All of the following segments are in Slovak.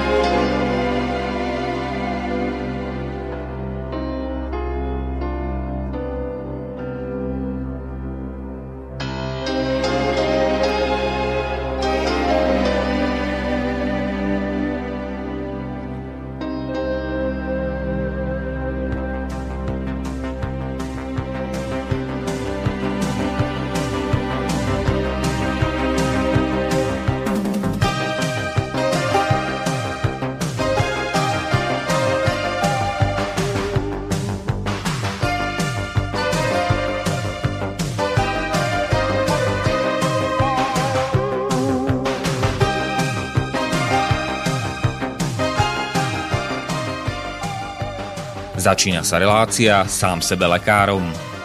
Začína sa relácia Sám sebe lekárom.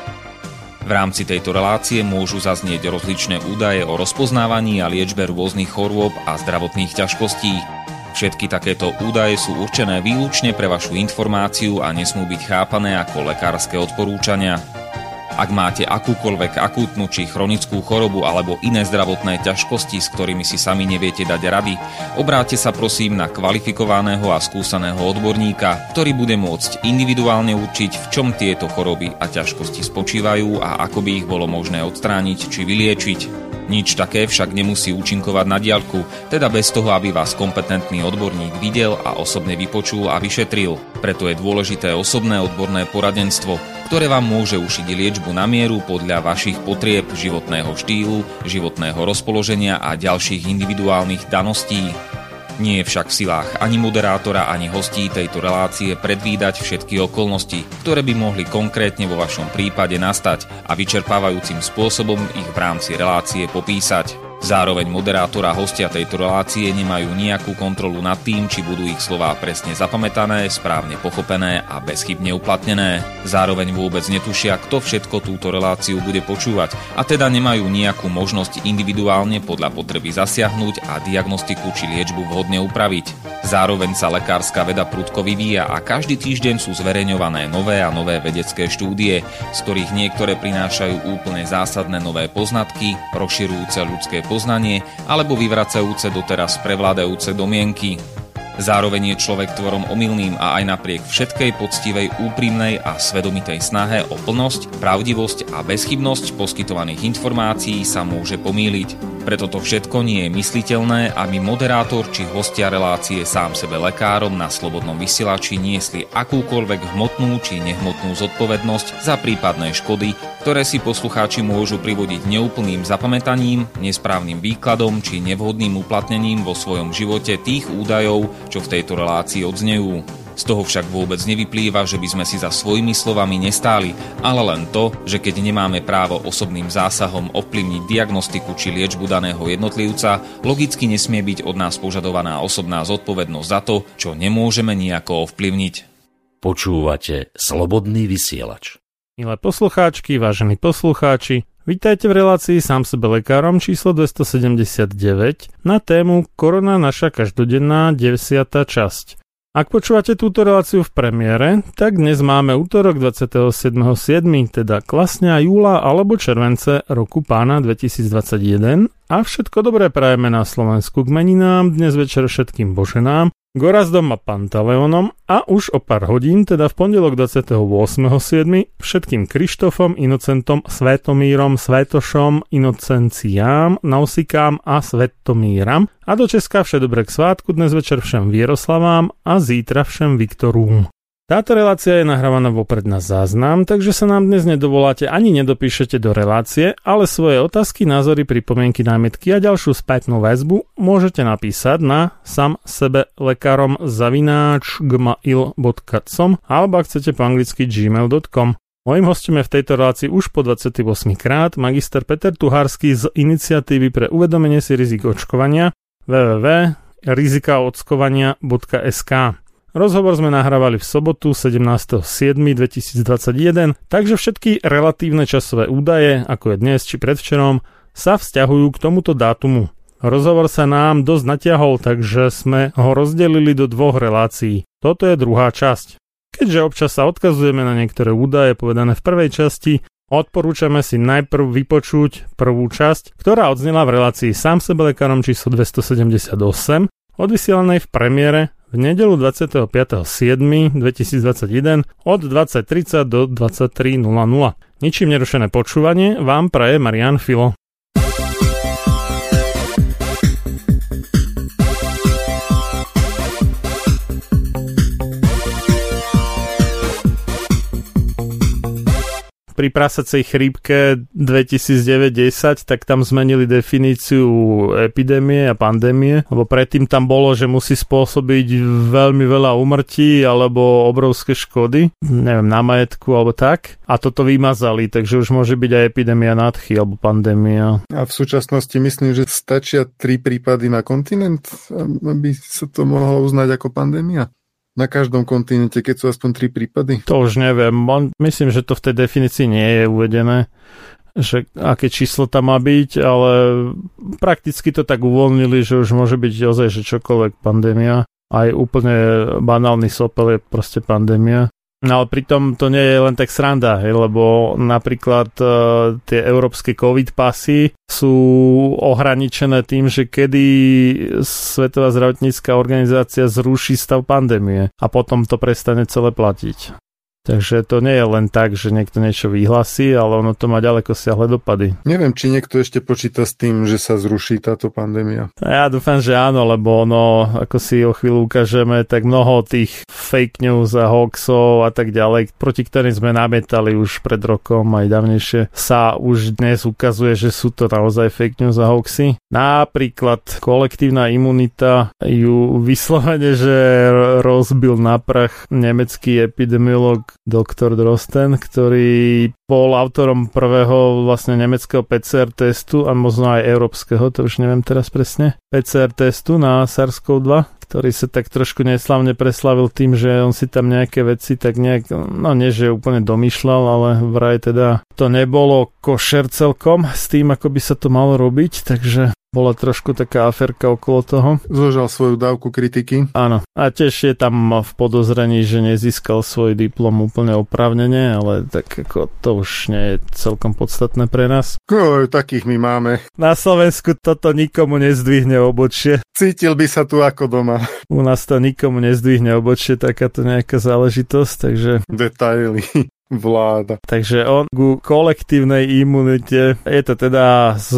V rámci tejto relácie môžu zaznieť rozličné údaje o rozpoznávaní a liečbe rôznych chorôb a zdravotných ťažkostí. Všetky takéto údaje sú určené výlučne pre vašu informáciu a nesmú byť chápané ako lekárske odporúčania. Ak máte akúkoľvek akútnu či chronickú chorobu alebo iné zdravotné ťažkosti, s ktorými si sami neviete dať rady, obráťte sa prosím na kvalifikovaného a skúseného odborníka, ktorý bude môcť individuálne určiť, v čom tieto choroby a ťažkosti spočívajú a ako by ich bolo možné odstrániť či vyliečiť. Nič také však nemusí účinkovať na diaľku, teda bez toho, aby vás kompetentný odborník videl a osobne vypočul a vyšetril. Preto je dôležité osobné odborné poradenstvo, ktoré vám môže ušiť liečbu na mieru podľa vašich potrieb, životného štýlu, životného rozpoloženia a ďalších individuálnych daností. Nie je však v silách ani moderátora, ani hostí tejto relácie predvídať všetky okolnosti, ktoré by mohli konkrétne vo vašom prípade nastať a vyčerpávajúcim spôsobom ich v rámci relácie popísať. Zároveň moderátor a hostia tejto relácie nemajú nejakú kontrolu nad tým, či budú ich slová presne zapamätané, správne pochopené a bezchybne uplatnené. Zároveň vôbec netušia, kto všetko túto reláciu bude počúvať a teda nemajú nejakú možnosť individuálne podľa potreby zasiahnuť a diagnostiku či liečbu vhodne upraviť. Zároveň sa lekárska veda prudko vyvíja a každý týždeň sú zverejňované nové a nové vedecké štúdie, z ktorých niektoré prinášajú úplne zásadné nové poznatky, rozširujúce ľudské poznanie alebo vyvracajúce doteraz prevládajúce domienky. Zároveň je človek tvorom omylným a aj napriek všetkej poctivej, úprimnej a svedomitej snahe o plnosť, pravdivosť a bezchybnosť poskytovaných informácií sa môže pomýliť. Preto to všetko nie je mysliteľné, aby moderátor či hostia relácie Sám sebe lekárom na slobodnom vysielači niesli akúkoľvek hmotnú či nehmotnú zodpovednosť za prípadné škody, ktoré si poslucháči môžu privodiť neúplným zapamätaním, nesprávnym výkladom či nevhodným uplatnením vo svojom živote tých údajov, čo v tejto relácii odznejú. Z toho však vôbec nevyplýva, že by sme si za svojimi slovami nestáli, ale len to, že keď nemáme právo osobným zásahom ovplyvniť diagnostiku či liečbu daného jednotlivca, logicky nesmie byť od nás požadovaná osobná zodpovednosť za to, čo nemôžeme nejako ovplyvniť. Počúvate Slobodný vysielač. Milé poslucháčky, vážení poslucháči, vítajte v relácii Sám sebe lekárom číslo 279 na tému Korona naša každodenná 10. časť. Ak počúvate túto reláciu v premiére, tak dnes máme útorok 27.7., teda klasňa júla alebo července roku pána 2021 a všetko dobré prajeme na Slovensku k meninám, dnes večer všetkým boženám, Gorazdom a Pantaleónom a už o pár hodín, teda v pondelok 28.7. všetkým Krištofom, Inocentom, Svetomírom, Svetošom, Inocenciám, Nausikám a Svetomíram a do Česka vše dobré k svátku, dnes večer všem Vieroslavám a zítra všem Viktorům. Táto relácia je nahrávaná vopred na záznam, takže sa nám dnes nedovoláte ani nedopíšete do relácie, ale svoje otázky, názory, pripomienky, námietky a ďalšiu spätnú väzbu môžete napísať na samsebelekarom@gmail.com alebo ak chcete po anglicky gmail.com. Mojím hostom je v tejto relácii už po 28 krát magister Peter Tuhársky z iniciatívy pre uvedomenie si rizik očkovania www.rizikaočkovania.sk. Rozhovor sme nahrávali v sobotu 17.7.2021, takže všetky relatívne časové údaje, ako je dnes či predvčerom, sa vzťahujú k tomuto dátumu. Rozhovor sa nám dosť natiahol, takže sme ho rozdelili do dvoch relácií. Toto je druhá časť. Keďže občas sa odkazujeme na niektoré údaje povedané v prvej časti, odporúčame si najprv vypočuť prvú časť, ktorá odznela v relácii Sám sebe lekárom číslo 278, odvysielanej v premiére v nedeľu 25.7.2021 od 20.30 do 23.00. Ničím nerušené počúvanie vám praje Marián Filo. Pri prasacej chrípke 2009-10, tak tam zmenili definíciu epidémie a pandémie, lebo predtým tam bolo, že musí spôsobiť veľmi veľa úmrtí alebo obrovské škody, neviem, na majetku alebo tak. A toto vymazali, takže už môže byť aj epidémia nadchy alebo pandémia. A v súčasnosti myslím, že stačia 3 prípady na kontinent, aby sa to mohlo uznať ako pandémia. Na každom kontinente, keď sú aspoň 3 prípady? To už neviem. Myslím, že to v tej definícii nie je uvedené, že aké číslo tam má byť, ale prakticky to tak uvoľnili, že už môže byť ozaj, že čokoľvek pandémia. Aj úplne banálny sopel je proste pandémia. No ale pritom to nie je len tak sranda, lebo napríklad tie európske COVID pasy sú ohraničené tým, že kedy Svetová zdravotnícka organizácia zruší stav pandémie a potom to prestane celé platiť. Takže to nie je len tak, že niekto niečo vyhlasí, ale ono to má ďaleko siahle dopady. Neviem, či niekto ešte počíta s tým, že sa zruší táto pandémia. Ja dúfam, že áno, lebo ono, ako si o chvíľu ukážeme, tak mnoho tých fake news a hoaxov a tak ďalej, proti ktorým sme namietali už pred rokom aj dávnejšie, sa už dnes ukazuje, že sú to naozaj fake news a hoaxy. Napríklad kolektívna imunita ju vyslovene, že rozbil na prach nemecký epidemiolog doktor Drosten, ktorý bol autorom prvého vlastne nemeckého PCR testu a možno aj európskeho, to už neviem teraz presne, PCR testu na SARS-CoV-2, ktorý sa tak trošku neslavne preslavil tým, že on si tam nejaké veci tak nejak, no nie, že úplne domýšľal, ale vraj teda to nebolo košer celkom s tým, ako by sa to malo robiť, takže bola trošku taká aferka okolo toho. Zložal svoju dávku kritiky. Áno. A tiež je tam v podozrení, že nezískal svoj diplom úplne oprávnene, ale tak ako to už nie je celkom podstatné pre nás. Takých my máme. Na Slovensku toto nikomu nezdvihne obočie. Cítil by sa tu ako doma. U nás to nikomu nezdvihne obočie, takáto nejaká záležitosť, takže... Detaily. Vláda. Takže on ku kolektívnej imunite, je to teda z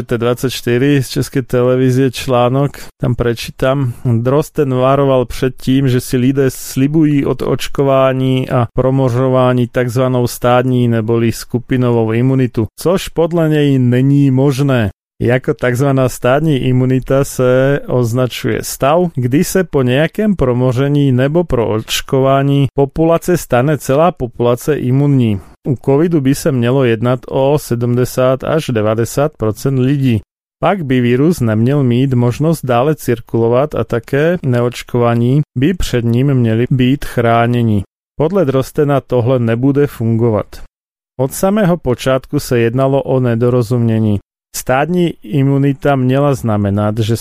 ČT24, z Českej televízie článok, tam prečítam. Drosten varoval před tím, že si lidé slibují od očkování a promožování takzvanou stádní neboli skupinovou imunitu, což podle něj není možné. Jako takzvaná stádní imunita se označuje stav, kdy se po nějakém promoření nebo pro očkování populace stane celá populace imunní. U covidu by se mělo jednat o 70 až 90% lidí. Pak by vírus neměl mít možnost dále cirkulovat a také neočkovaní by před ním měli být chráněni. Podle Drostena tohle nebude fungovat. Od samého počátku se jednalo o nedorozumění. Stádní imunita měla znamenat, že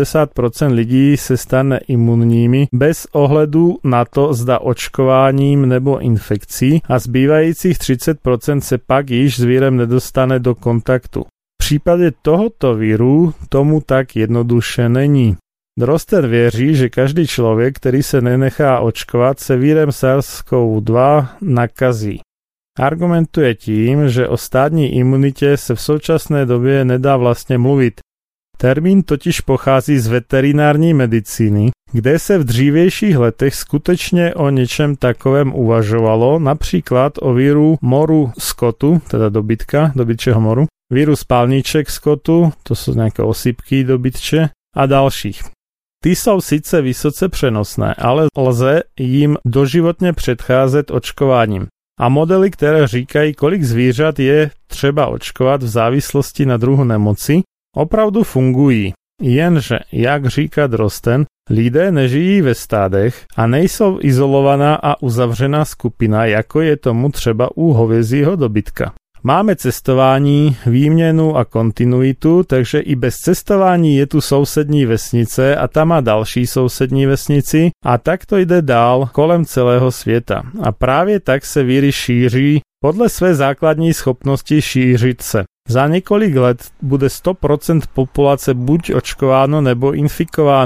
70% lidí se stane imunními bez ohledu na to, zda očkováním nebo infekcí a zbývajících 30% se pak již s vírem nedostane do kontaktu. V případě tohoto víru tomu tak jednoduše není. Drosten věří, že každý člověk, který se nenechá očkovat, se vírem SARS-CoV-2 nakazí. Argumentuje tím, že o stádní imunitě se v současné době nedá vlastně mluvit. Termín totiž pochází z veterinární medicíny, kde se v dřívějších letech skutečně o něčem takovém uvažovalo, například o víru moru skotu, teda dobytka, dobytčeho moru, víru spálniček skotu, to jsou nějaké osýpky dobytče, a dalších. Ty jsou sice vysoce přenosné, ale lze jim doživotně předcházet očkováním. A modely, které říkají, kolik zvířat je třeba očkovat v závislosti na druhu nemoci, opravdu fungují. Jenže, jak říká Drosten, lidé nežijí ve stádech a nejsou izolovaná a uzavřená skupina, jako je tomu třeba u hovězího dobytka. Máme cestování, výměnu a kontinuitu, takže i bez cestování je tu sousední vesnice a tam má další sousední vesnici a tak to jde dál kolem celého světa. A právě tak se víry šíří podle své základní schopnosti šířit se. Za několik let bude 100% populace buď očkováno nebo infikováno.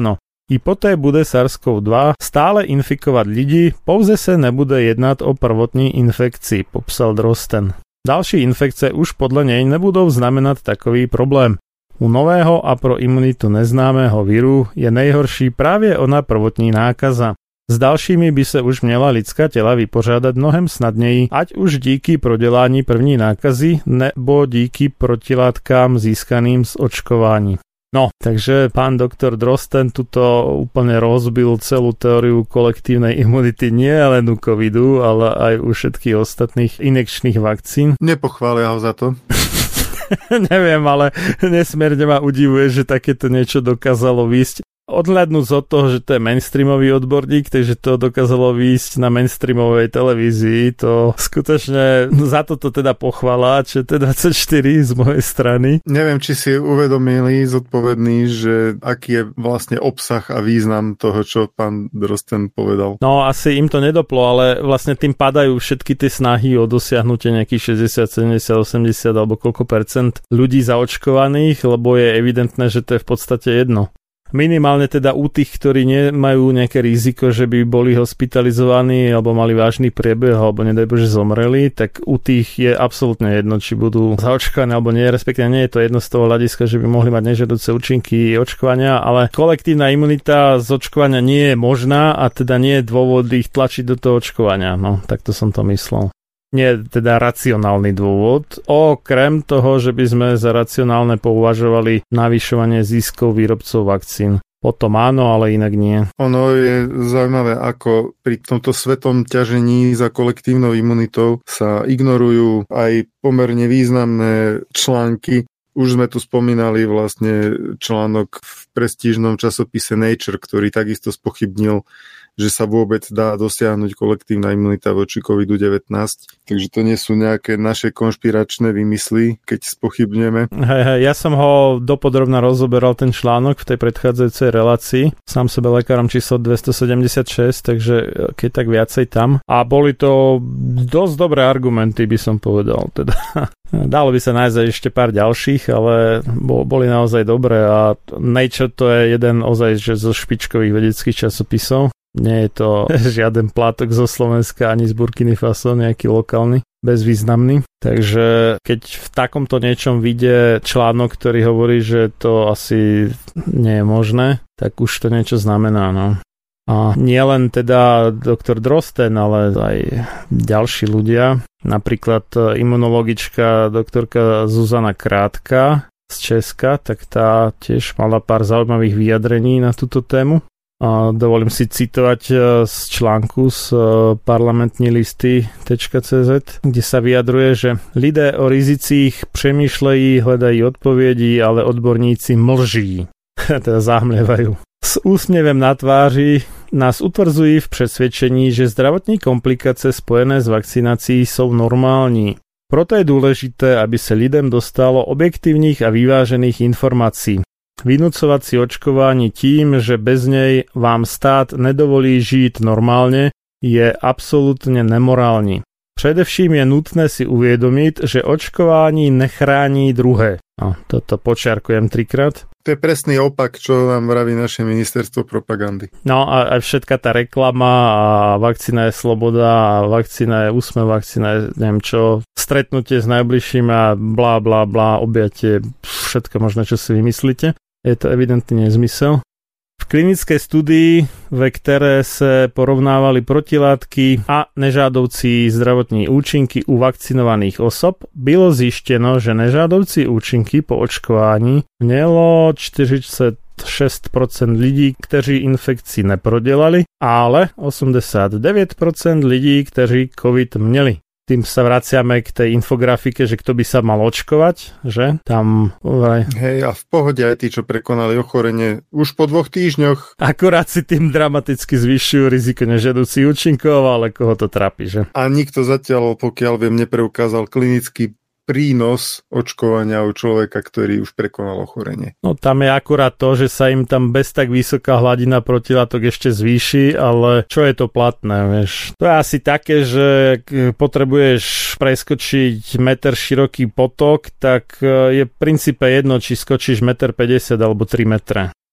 I poté bude SARS-CoV-2 stále infikovať ľudí, pouze se nebude jednat o prvotní infekci, popsal Drosten. Další infekce už podle něj nebudou znamenat takový problém. U nového a pro imunitu neznámého viru je nejhorší právě ona prvotní nákaza. S dalšími by se už měla lidská těla vypořádat mnohem snadněji, ať už díky prodělání první nákazy, nebo díky protilátkám získaným z očkování. No, takže pán doktor Drosten tuto úplne rozbil celú teóriu kolektívnej imunity nie len u covidu, ale aj u všetkých ostatných injekčných vakcín. Nepochvália ho za to. Neviem, ale nesmierne ma udivuje, že takéto niečo dokázalo výjsť. Odhľadnúť od toho, že to je mainstreamový odborník, takže to dokázalo výjsť na mainstreamovej televízii, to skutočne za toto teda pochvala, ČT24 z mojej strany. Neviem, či si uvedomili zodpovedný, že aký je vlastne obsah a význam toho, čo pán Drosten povedal. No, asi im to nedoplo, ale vlastne tým padajú všetky tie snahy o dosiahnutie nejakých 60, 70, 80 alebo koľko percent ľudí zaočkovaných, lebo je evidentné, že to je v podstate jedno. Minimálne teda u tých, ktorí nemajú nejaké riziko, že by boli hospitalizovaní alebo mali vážny priebeh alebo nedaj Bože zomreli, tak u tých je absolútne jedno, či budú zaočkovaní alebo nie, respektíve nie je to jedno z toho hľadiska, že by mohli mať nežiaduce účinky očkovania, ale kolektívna imunita z očkovania nie je možná a teda nie je dôvod ich tlačiť do toho očkovania. No, takto som to myslel. Nie teda racionálny dôvod, okrem toho, že by sme za racionálne považovali navyšovanie ziskov výrobcov vakcín. Potom áno, ale inak nie. Ono je zaujímavé, ako pri tomto svetom ťažení za kolektívnou imunitou sa ignorujú aj pomerne významné články. Už sme tu spomínali vlastne článok v prestížnom časopise Nature, ktorý takisto spochybnil, že sa vôbec dá dosiahnuť kolektívna imunita voči COVID-19. Takže to nie sú nejaké naše konšpiračné vymysly, keď spochybňujeme. Hej, ja som ho dopodrobne rozoberal ten článok v tej predchádzajúcej relácii. Sám sebe lekárom číslo 276, takže keď tak viacej tam. A boli to dosť dobré argumenty, by som povedal. Teda dalo by sa nájsť ešte pár ďalších, ale boli naozaj dobré a Nature to je jeden ozaj zo špičkových vedeckých časopisov. Nie je to žiaden plátok zo Slovenska ani z Burkiny Faso, nejaký lokálny, bezvýznamný. Takže keď v takomto niečom vyjde článok, ktorý hovorí, že to asi nie je možné, tak už to niečo znamená, no. A nie len teda doktor Drosten, ale aj ďalší ľudia. Napríklad imunologička doktorka Zuzana Krátka z Česka, tak tá tiež mala pár zaujímavých vyjadrení na túto tému. A dovolím si citovať z článku z parlamentnilisty.cz, kde sa vyjadruje, že lidé o rizicích přemýšlejí, hľadají odpovědi, ale odborníci mlží, teda zahmlievajú. S úsměvem na tváři nás utvrdzují v přesvědčení, že zdravotní komplikace spojené s vakcinací jsou normální. Proto je důležité, aby se lidem dostalo objektivních a vyvážených informací. Vynúcovať si očkování tím, že bez nej vám stát nedovolí žít normálně, je absolútne nemorální. Především je nutné si uvědomit, že očkování nechrání druhé. No, toto počiarkujem 3-krát. To je presný opak, čo nám vraví naše ministerstvo propagandy. No a aj všetka tá reklama a vakcína je sloboda a vakcína je úsmev, vakcína je neviem čo, stretnutie s najbližším a blá blá blá, objatie, všetko možné, čo si vymyslíte. Je to evidentný nezmysel. V klinické studii, ve které se porovnávali protilátky a nežádoucí zdravotní účinky u vakcinovaných osob, bylo zjištěno, že nežádoucí účinky po očkování mělo 46% lidí, kteří infekci neprodělali, ale 89% lidí, kteří COVID měli. Tým sa vraciame k tej infografike, že kto by sa mal očkovať, že? Tam... Hej, a v pohode aj tí, čo prekonali ochorenie už po 2 týždňoch. Akurát si tým dramaticky zvyšujú riziko nežiaducich účinkov, ale koho to trápi, že? A nikto zatiaľ, pokiaľ viem, nepreukázal klinický prínos očkovania u človeka, ktorý už prekonal ochorenie. No tam je akurát to, že sa im tam bez tak vysoká hladina protilátok ešte zvýši, ale čo je to platné, vieš? To je asi také, že ak potrebuješ preskočiť meter široký potok, tak je v princípe jedno, či skočíš 1,50 m alebo 3 metre.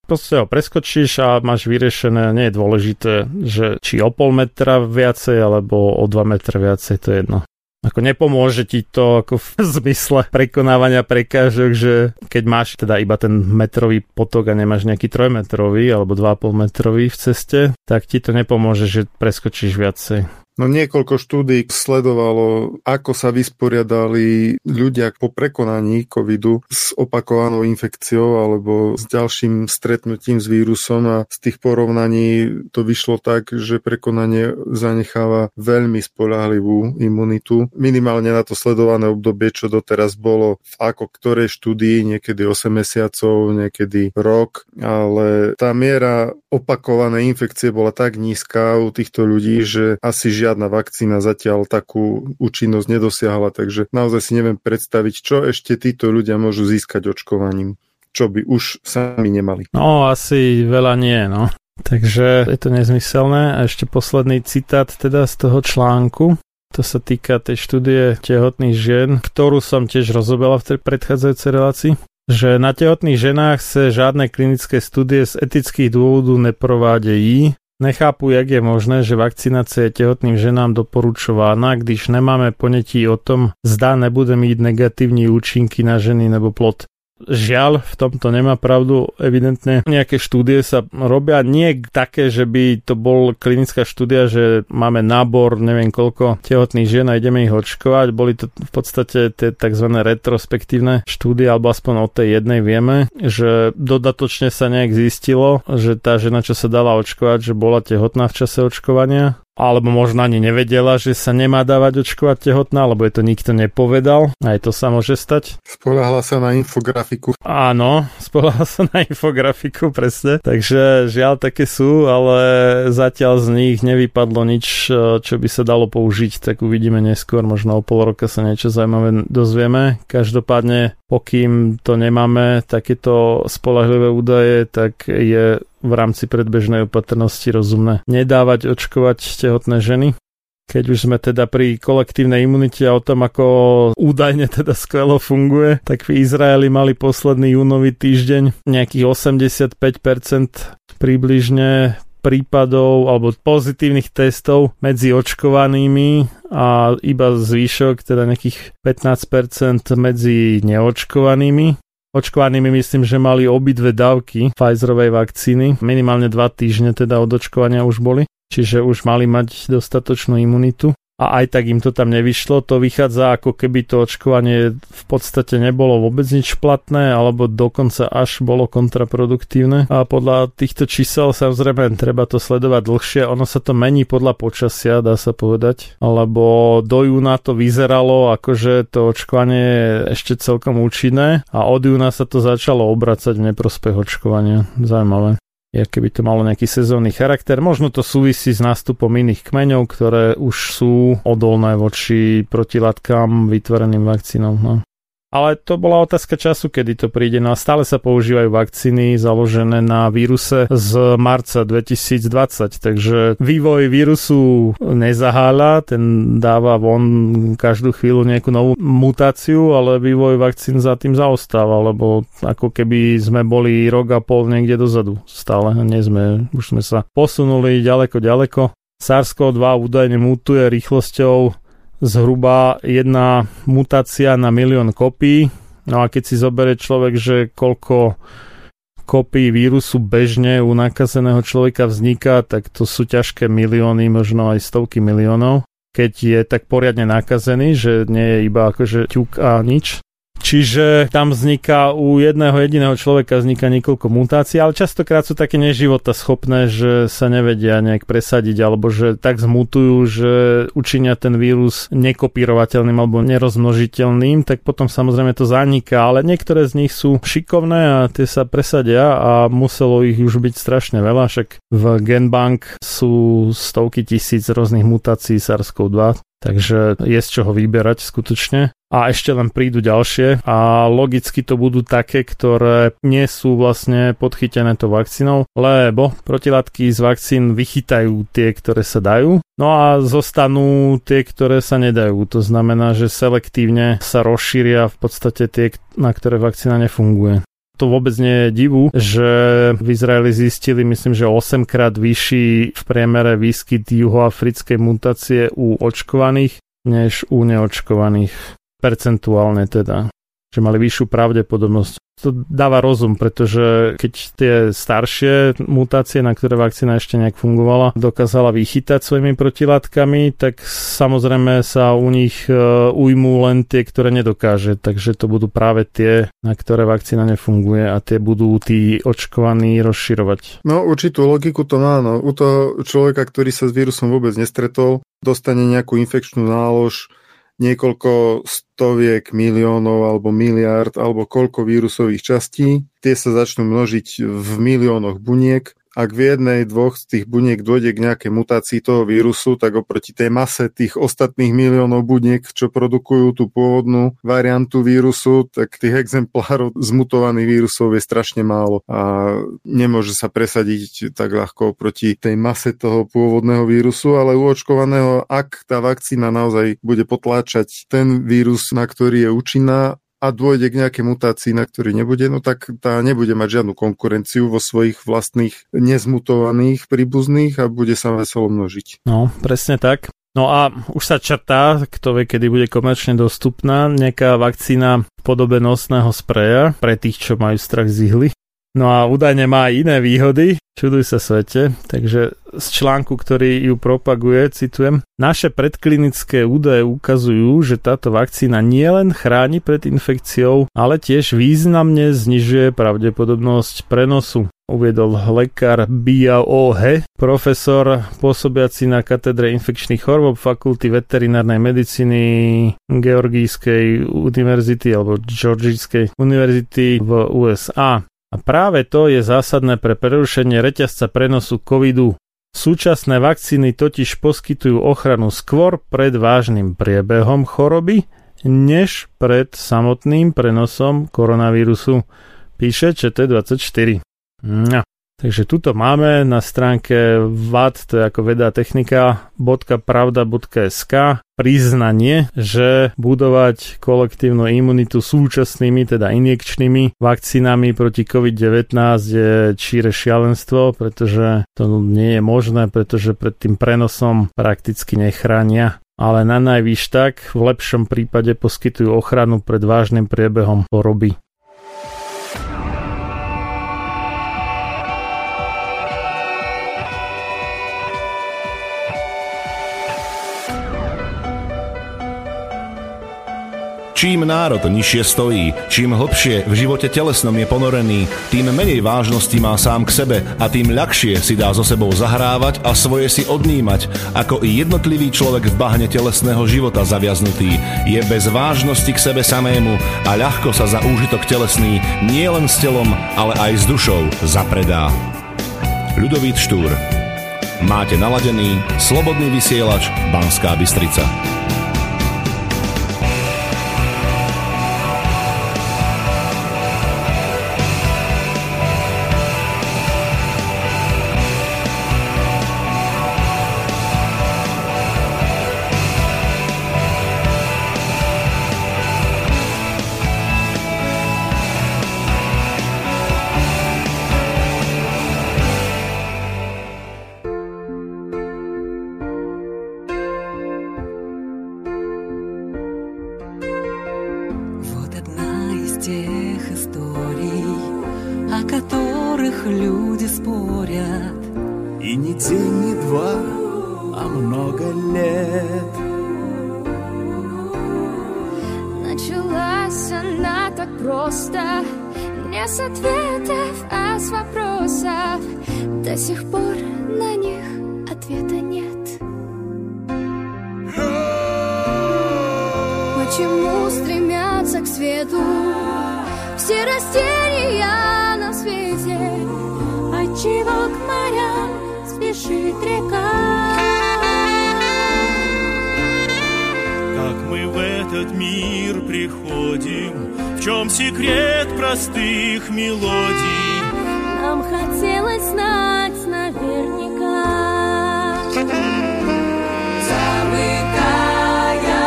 Proste ho preskočíš a máš vyriešené, nie je dôležité, že či o 0,5 metra viacej, alebo o 2 metra viacej, to je jedno. Ako nepomôže ti to ako v zmysle prekonávania prekážok, že keď máš teda iba ten metrový potok a nemáš nejaký 3-metrový alebo 2,5 metrový v ceste, tak ti to nepomôže, že preskočíš viacej. No niekoľko štúdií sledovalo, ako sa vysporiadali ľudia po prekonaní covidu s opakovanou infekciou alebo s ďalším stretnutím s vírusom a z tých porovnaní to vyšlo tak, že prekonanie zanecháva veľmi spoľahlivú imunitu. Minimálne na to sledované obdobie, čo doteraz bolo v ako ktorej štúdii, niekedy 8 mesiacov, niekedy rok, ale tá miera opakovanej infekcie bola tak nízka u týchto ľudí, že asi žiadna vakcína zatiaľ takú účinnosť nedosiahla, takže naozaj si neviem predstaviť, čo ešte títo ľudia môžu získať očkovaním, čo by už sami nemali. No, asi veľa nie, no. Takže je to nezmyselné. A ešte posledný citát teda z toho článku. To sa týka tej štúdie tehotných žien, ktorú som tiež rozoberala v tej predchádzajúcej relácii, že na tehotných ženách sa žiadne klinické studie z etických dôvodov neprovádejí. Nechápu, jak je možné, že vakcinácia je tehotným ženám doporučována, když nemáme ponětí o tom, zda nebude mít negativní účinky na ženy nebo plod. Žiaľ, v tomto nemá pravdu. Evidentne nejaké štúdie sa robia nie také, že by to bol klinická štúdia, že máme nábor, neviem koľko tehotných žien a ideme ich očkovať. Boli to v podstate tie tzv. Retrospektívne štúdie, alebo aspoň o tej jednej vieme, že dodatočne sa nejak zistilo, že tá žena, čo sa dala očkovať, že bola tehotná v čase očkovania. Alebo možno ani nevedela, že sa nemá dávať očkovať tehotná, lebo je to nikto nepovedal. Aj to sa môže stať. Spoľahala sa na infografiku. Áno, spoľahala sa na infografiku, presne. Takže žiaľ také sú, ale zatiaľ z nich nevypadlo nič, čo by sa dalo použiť, tak uvidíme neskôr. Možno o pol roka sa niečo zaujímavé dozvieme. Každopádne, pokým to nemáme takéto spoľahlivé údaje, tak je v rámci predbežnej opatrnosti rozumné nedávať očkovať tehotné ženy. Keď už sme teda pri kolektívnej imunite a o tom, ako údajne teda skvelo funguje, tak v Izraeli mali posledný júnový týždeň nejakých 85% približne prípadov alebo pozitívnych testov medzi očkovanými a iba zvyšok, teda nejakých 15% medzi neočkovanými. Očkovanými myslím, že mali obidve dávky Pfizerovej vakcíny. Minimálne 2 týždne teda od očkovania už boli. Čiže už mali mať dostatočnú imunitu. A aj tak im to tam nevyšlo. To vychádza, ako keby to očkovanie v podstate nebolo vôbec nič platné, alebo dokonca až bolo kontraproduktívne. A podľa týchto čísel samozrejme treba to sledovať dlhšie. Ono sa to mení podľa počasia, dá sa povedať. Lebo do júna to vyzeralo, akože to očkovanie je ešte celkom účinné a od júna sa to začalo obracať v neprospech očkovania. Zaujímavé. Keby to malo nejaký sezónny charakter. Možno to súvisí s nástupom iných kmeňov, ktoré už sú odolné voči protilátkam vytvoreným vakcínom. No. Ale to bola otázka času, kedy to príde. No a stále sa používajú vakcíny založené na víruse z marca 2020, takže vývoj vírusu nezaháľa, ten dáva von každú chvíľu nejakú novú mutáciu, ale vývoj vakcín za tým zaostáva, lebo ako keby sme boli rok a pol niekde dozadu stále. Už sme sa posunuli ďaleko. SARS-CoV-2 údajne mutuje rýchlosťou zhruba 1 mutácia na 1 000 000 kopí. No a keď si zoberie človek, že koľko kopí vírusu bežne u nakazeného človeka vzniká, tak to sú ťažké milióny, možno aj stovky miliónov. Keď je tak poriadne nakazený, že nie je iba akože ťuk a nič. Čiže tam vzniká u jedného jediného človeka vzniká niekoľko mutácií, ale častokrát sú také neživotaschopné, že sa nevedia nejak presadiť, alebo že tak zmutujú, že učinia ten vírus nekopírovateľným alebo nerozmnožiteľným, tak potom samozrejme to zaniká, ale niektoré z nich sú šikovné a tie sa presadia a muselo ich už byť strašne veľa, však v Genbank sú stovky tisíc rôznych mutácií SARS-CoV-2. Takže je z čoho vyberať skutočne. A ešte len prídu ďalšie a logicky to budú také, ktoré nie sú vlastne podchytené tou vakcínou, lebo protilátky z vakcín vychytajú tie, ktoré sa dajú, no a zostanú tie, ktoré sa nedajú. To znamená, že selektívne sa rozšíria v podstate tie, na ktoré vakcína nefunguje. To vôbec nie je divu, že v Izraeli zistili, myslím, že 8-krát vyšší v priemere výskyt juhoafrickej mutácie u očkovaných, než u neočkovaných. Percentuálne teda. Že mali vyššiu pravdepodobnosť. To dáva rozum, pretože keď tie staršie mutácie, na ktoré vakcína ešte nejak fungovala, dokázala vychytať svojimi protilátkami, tak samozrejme sa u nich ujmú len tie, ktoré nedokáže. Takže to budú práve tie, na ktoré vakcína nefunguje a tie budú tí očkovaní rozširovať. No určitú logiku to má. No. U toho človeka, ktorý sa s vírusom vôbec nestretol, dostane nejakú infekčnú nálož, niekoľko stoviek miliónov alebo miliárd alebo koľko vírusových častí. Tie sa začnú množiť v miliónoch buniek. Ak v jednej, dvoch z tých buniek dôjde k nejakej mutácii toho vírusu, tak oproti tej mase tých ostatných miliónov buniek, čo produkujú tú pôvodnú variantu vírusu, tak tých exemplárov zmutovaných vírusov je strašne málo a nemôže sa presadiť tak ľahko proti tej mase toho pôvodného vírusu, ale u očkovaného, ak tá vakcína naozaj bude potláčať ten vírus, na ktorý je účinná, a dôjde k nejakej mutácii, na ktorý nebude, no tak tá nebude mať žiadnu konkurenciu vo svojich vlastných nezmutovaných príbuzných a bude sa veselo množiť. No, presne tak. No a už sa črtá, kto vie, kedy bude komerčne dostupná, nejaká vakcína v podobe nosného spreja pre tých, čo majú strach z ihly. No a údajne má aj iné výhody, čuduj sa svete, takže z článku, ktorý ju propaguje, citujem: naše predklinické údaje ukazujú, že táto vakcína nielen chráni pred infekciou, ale tiež významne znižuje pravdepodobnosť prenosu. Uviedol lekár Biao He, profesor pôsobiaci na katedre infekčných chorôb Fakulty veterinárnej medicíny Georgijskej univerzity alebo Georgijskej univerzity v USA. A práve to je zásadné pre prerušenie reťazca prenosu covidu. Súčasné vakcíny totiž poskytujú ochranu skôr pred vážnym priebehom choroby, než pred samotným prenosom koronavírusu, píše ČT24. No. Takže tuto máme na stránke VAD, to je ako veda technika.pravda.sk, priznanie, že budovať kolektívnu imunitu súčasnými, teda injekčnými vakcínami proti COVID-19 je číre šialenstvo, pretože to nie je možné, pretože pred tým prenosom prakticky nechránia. Ale na najvýš tak v lepšom prípade poskytujú ochranu pred vážnym priebehom choroby. Čím národ nižšie stojí, čím hlbšie v živote telesnom je ponorený, tým menej vážnosti má sám k sebe a tým ľahšie si dá so sebou zahrávať a svoje si odnímať, ako i jednotlivý človek v bahne telesného života zaviaznutý je bez vážnosti k sebe samému a ľahko sa za úžitok telesný nielen s telom, ale aj s dušou zapredá. Ľudovít Štúr. Máte naladený Slobodný vysielač Banská Bystrica.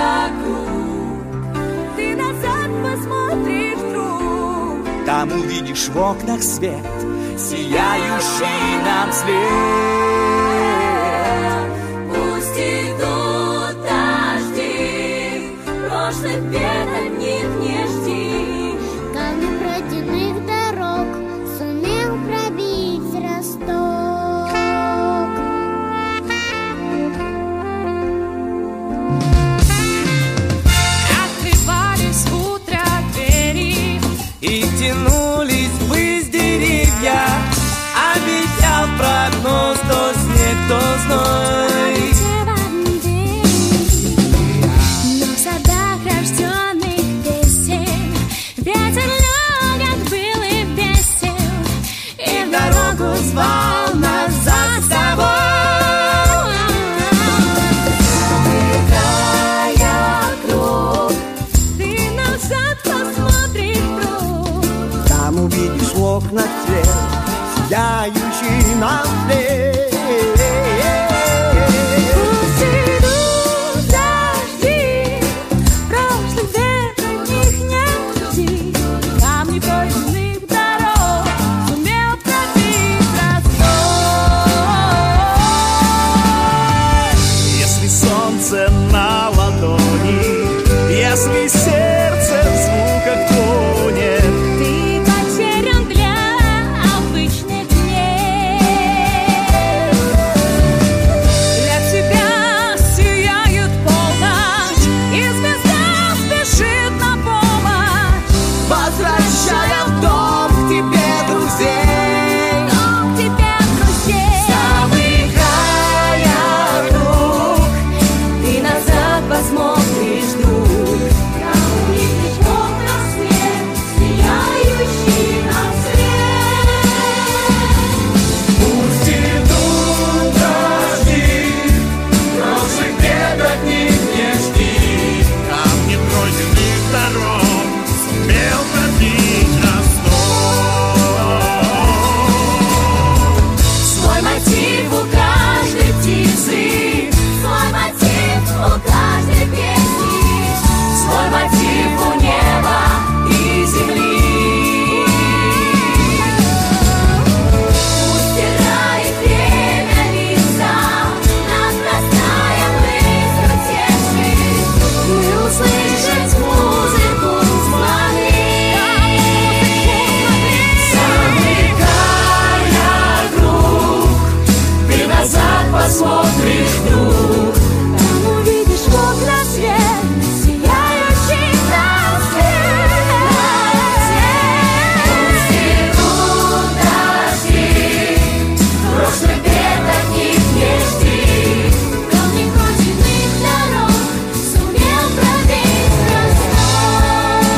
Там увидишь увидишь в окнах свет, сияющий нам свет. Пусть идут дожди, прошлых бед от них не жди. Камни пройденных дорог сумел пробить росток. Открывались в утро двери и тянулись ввысь деревья. Обещал прогноз то снег, то зной. Но в садах рожденных песен ветер легок был и весел, И в дорогу звал нас за собой. замыкая круг, ты назад посмотри вдруг. Там увидишь в окнах свет, сияющий нам свет. Пусть идут дожди, прошлых бед от них не жди. Камни пройденных дорог сумел пробить росток. Если солнце на ладони, если сердце в звуках тонет, Ты потерян для обычных дней. Для тебя сияет полночь, и звезда спешит на помощь. возвращая в дом к тебе друзей. Дом к тебе друзей. Замыкая круг, Ты назад посмотришь вдруг. Там увидишь в окнах свет, сияющий нам свет. пусть идут дожди, прошлых бед от них не жди. Камни пройденных дорог сумел пробить росток. Свой мотив у каждой птицы, свой мотив у каждой песни, свой мотив у неба и земли. Пусть стирает время лица, нас простая мысль утешит. Мы услышать музыку смогли. Замыкая круг, ты назад посмотришь вдруг. Там увидишь в окна свет, сияющий нам свет. Пусть идут дожди, прошлых бед от них не жди. Камни пройденных дорог сумел пробить росток.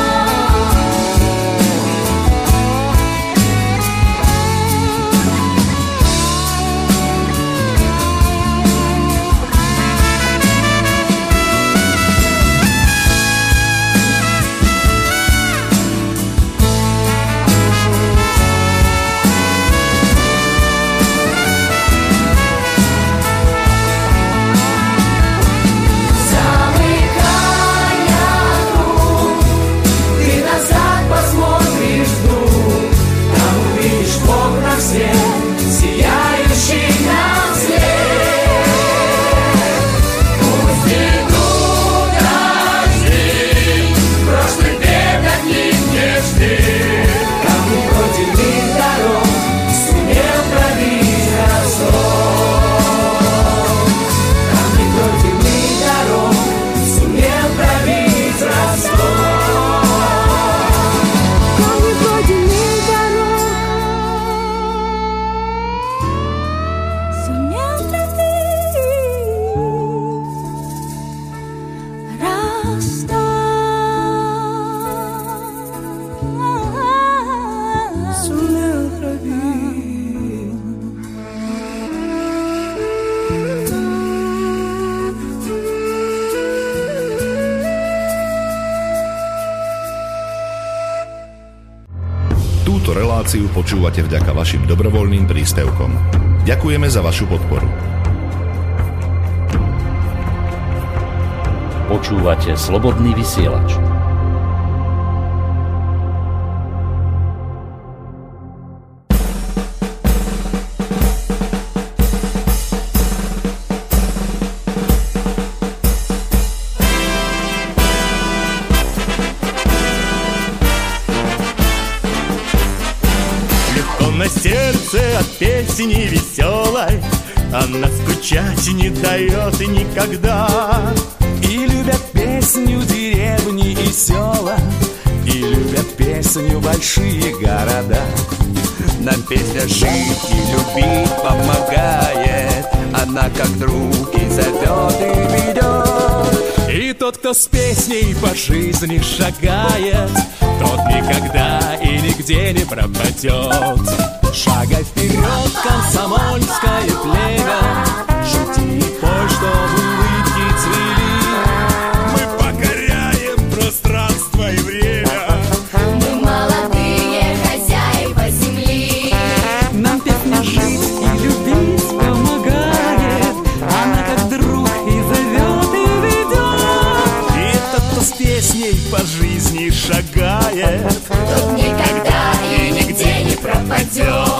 Замыкая круг, ты назад посмотришь вдруг. Там увидишь в окнах свет, сияющий нам свет. Пусть идут дожди, прошлых бед от них не жди. Камни пройденных дорог сумел пробить росток. Камни пройденных дорог сумел пробить росток. Камни пройденных дорог сумел пробить росток. Сумел пробить. Túto reláciu počúvate vďaka vašim dobrovoľným príspevkom. Ďakujeme za vašu podporu. Počúvate Slobodný vysielač. сердце от песни веселой, она скучать не дает никогда. И любят песню деревни и села, и любят песню большие города. Нам песня жить и любить помогает, она как друг и зовет и ведет. И тот, кто с песней по жизни шагает, тот никогда и нигде не пропадет. Шагай вперед, комсомольское племя, шути и пой, чтобы улыбки цвели. Мы покоряем пространство и время, Мы молодые хозяева земли. нам песня жить и любить помогает, она как друг и зовет и ведет. И тот, кто с песней по жизни шагает, Тот никогда и нигде не пропадет.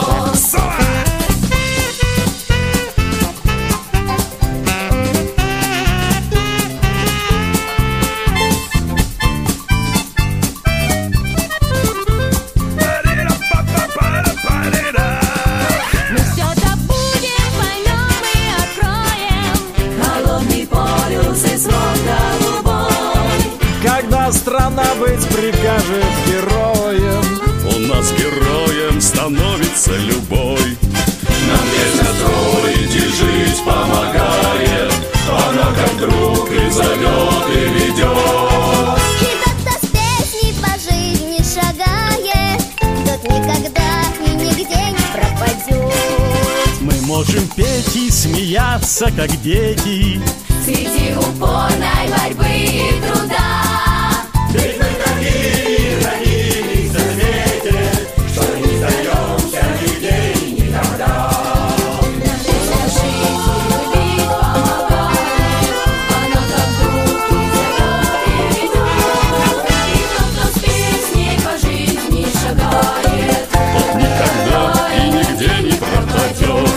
Мы все добудем, поймем и откроем холодный полюс и свод голубой. когда страна быть прикажет героем, у нас героем становится любой. Нам песня строить и жить помогает, она как друг и зовет и ведет. И тот, кто с песней по жизни шагает, тот никогда и нигде не пропадет. Мы можем петь и смеяться, как дети, Среди упорной борьбы и труда. ведь мы такие родились в свете, что не сдаемся нигде и никогда. Нам песня жить и любить помогает, она как друг и зовет и ведет. И тот, кто с песней по жизни шагает, Тот никогда и нигде не пропадет.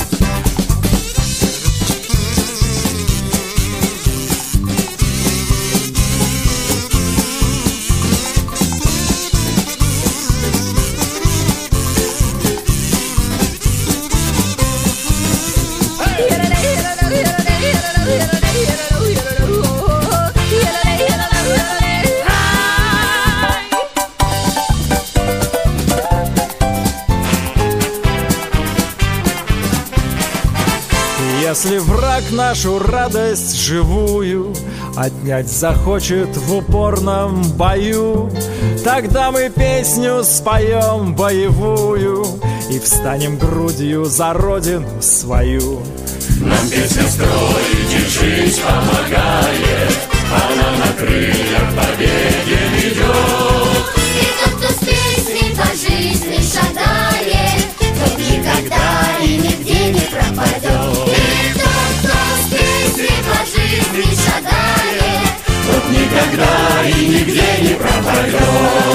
Если враг нашу радость живую отнять захочет в упорном бою, тогда мы песню споем боевую и встанем грудью за родину свою. Нам песня строить и жить помогает, она на крыльях победе ведет. и тот, кто с песней по жизни шагает, тот никогда и нигде не пропадет. И тот, кто с песней по жизни шагает, Тот никогда и нигде не пропадет.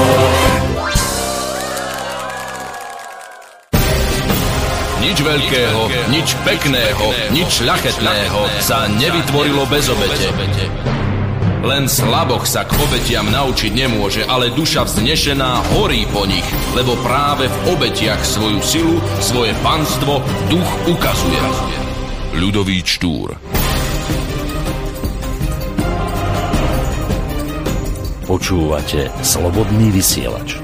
Nič veľkého, nič pekného, nič šľachetného sa nevytvorilo bez obete. Len slaboch sa k obetiam naučiť nemôže, ale duša vznešená horí po nich, lebo práve v obetiach svoju silu, svoje panstvo duch ukazuje. Ľudovít Štúr. Počúvate Slobodný vysielač.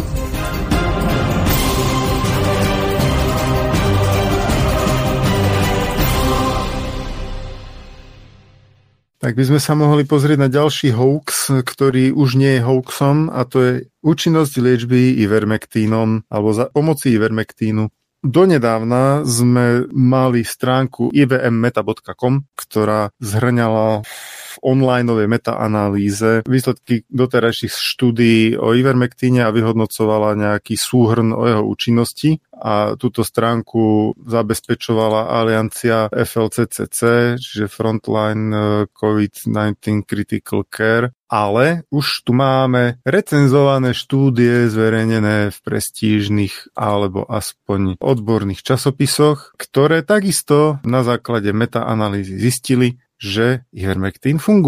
Tak by sme sa mohli pozrieť na ďalší hoax, ktorý už nie je hoaxom, a to je účinnosť liečby ivermektínom alebo za pomoci ivermektínu. Donedávna sme mali stránku ivmmeta.com, ktorá zhrňala v onlineovej metaanalýze výsledky doterajších štúdií o ivermektíne a vyhodnocovala nejaký súhrn o jeho účinnosti. A túto stránku zabezpečovala aliancia FLCCC, čiže Frontline COVID-19 Critical Care. Ale už tu máme recenzované štúdie zverejnené v prestížnych alebo aspoň odborných časopisoch, ktoré takisto na základe metaanalýzy zistili, že ivermektín funguje.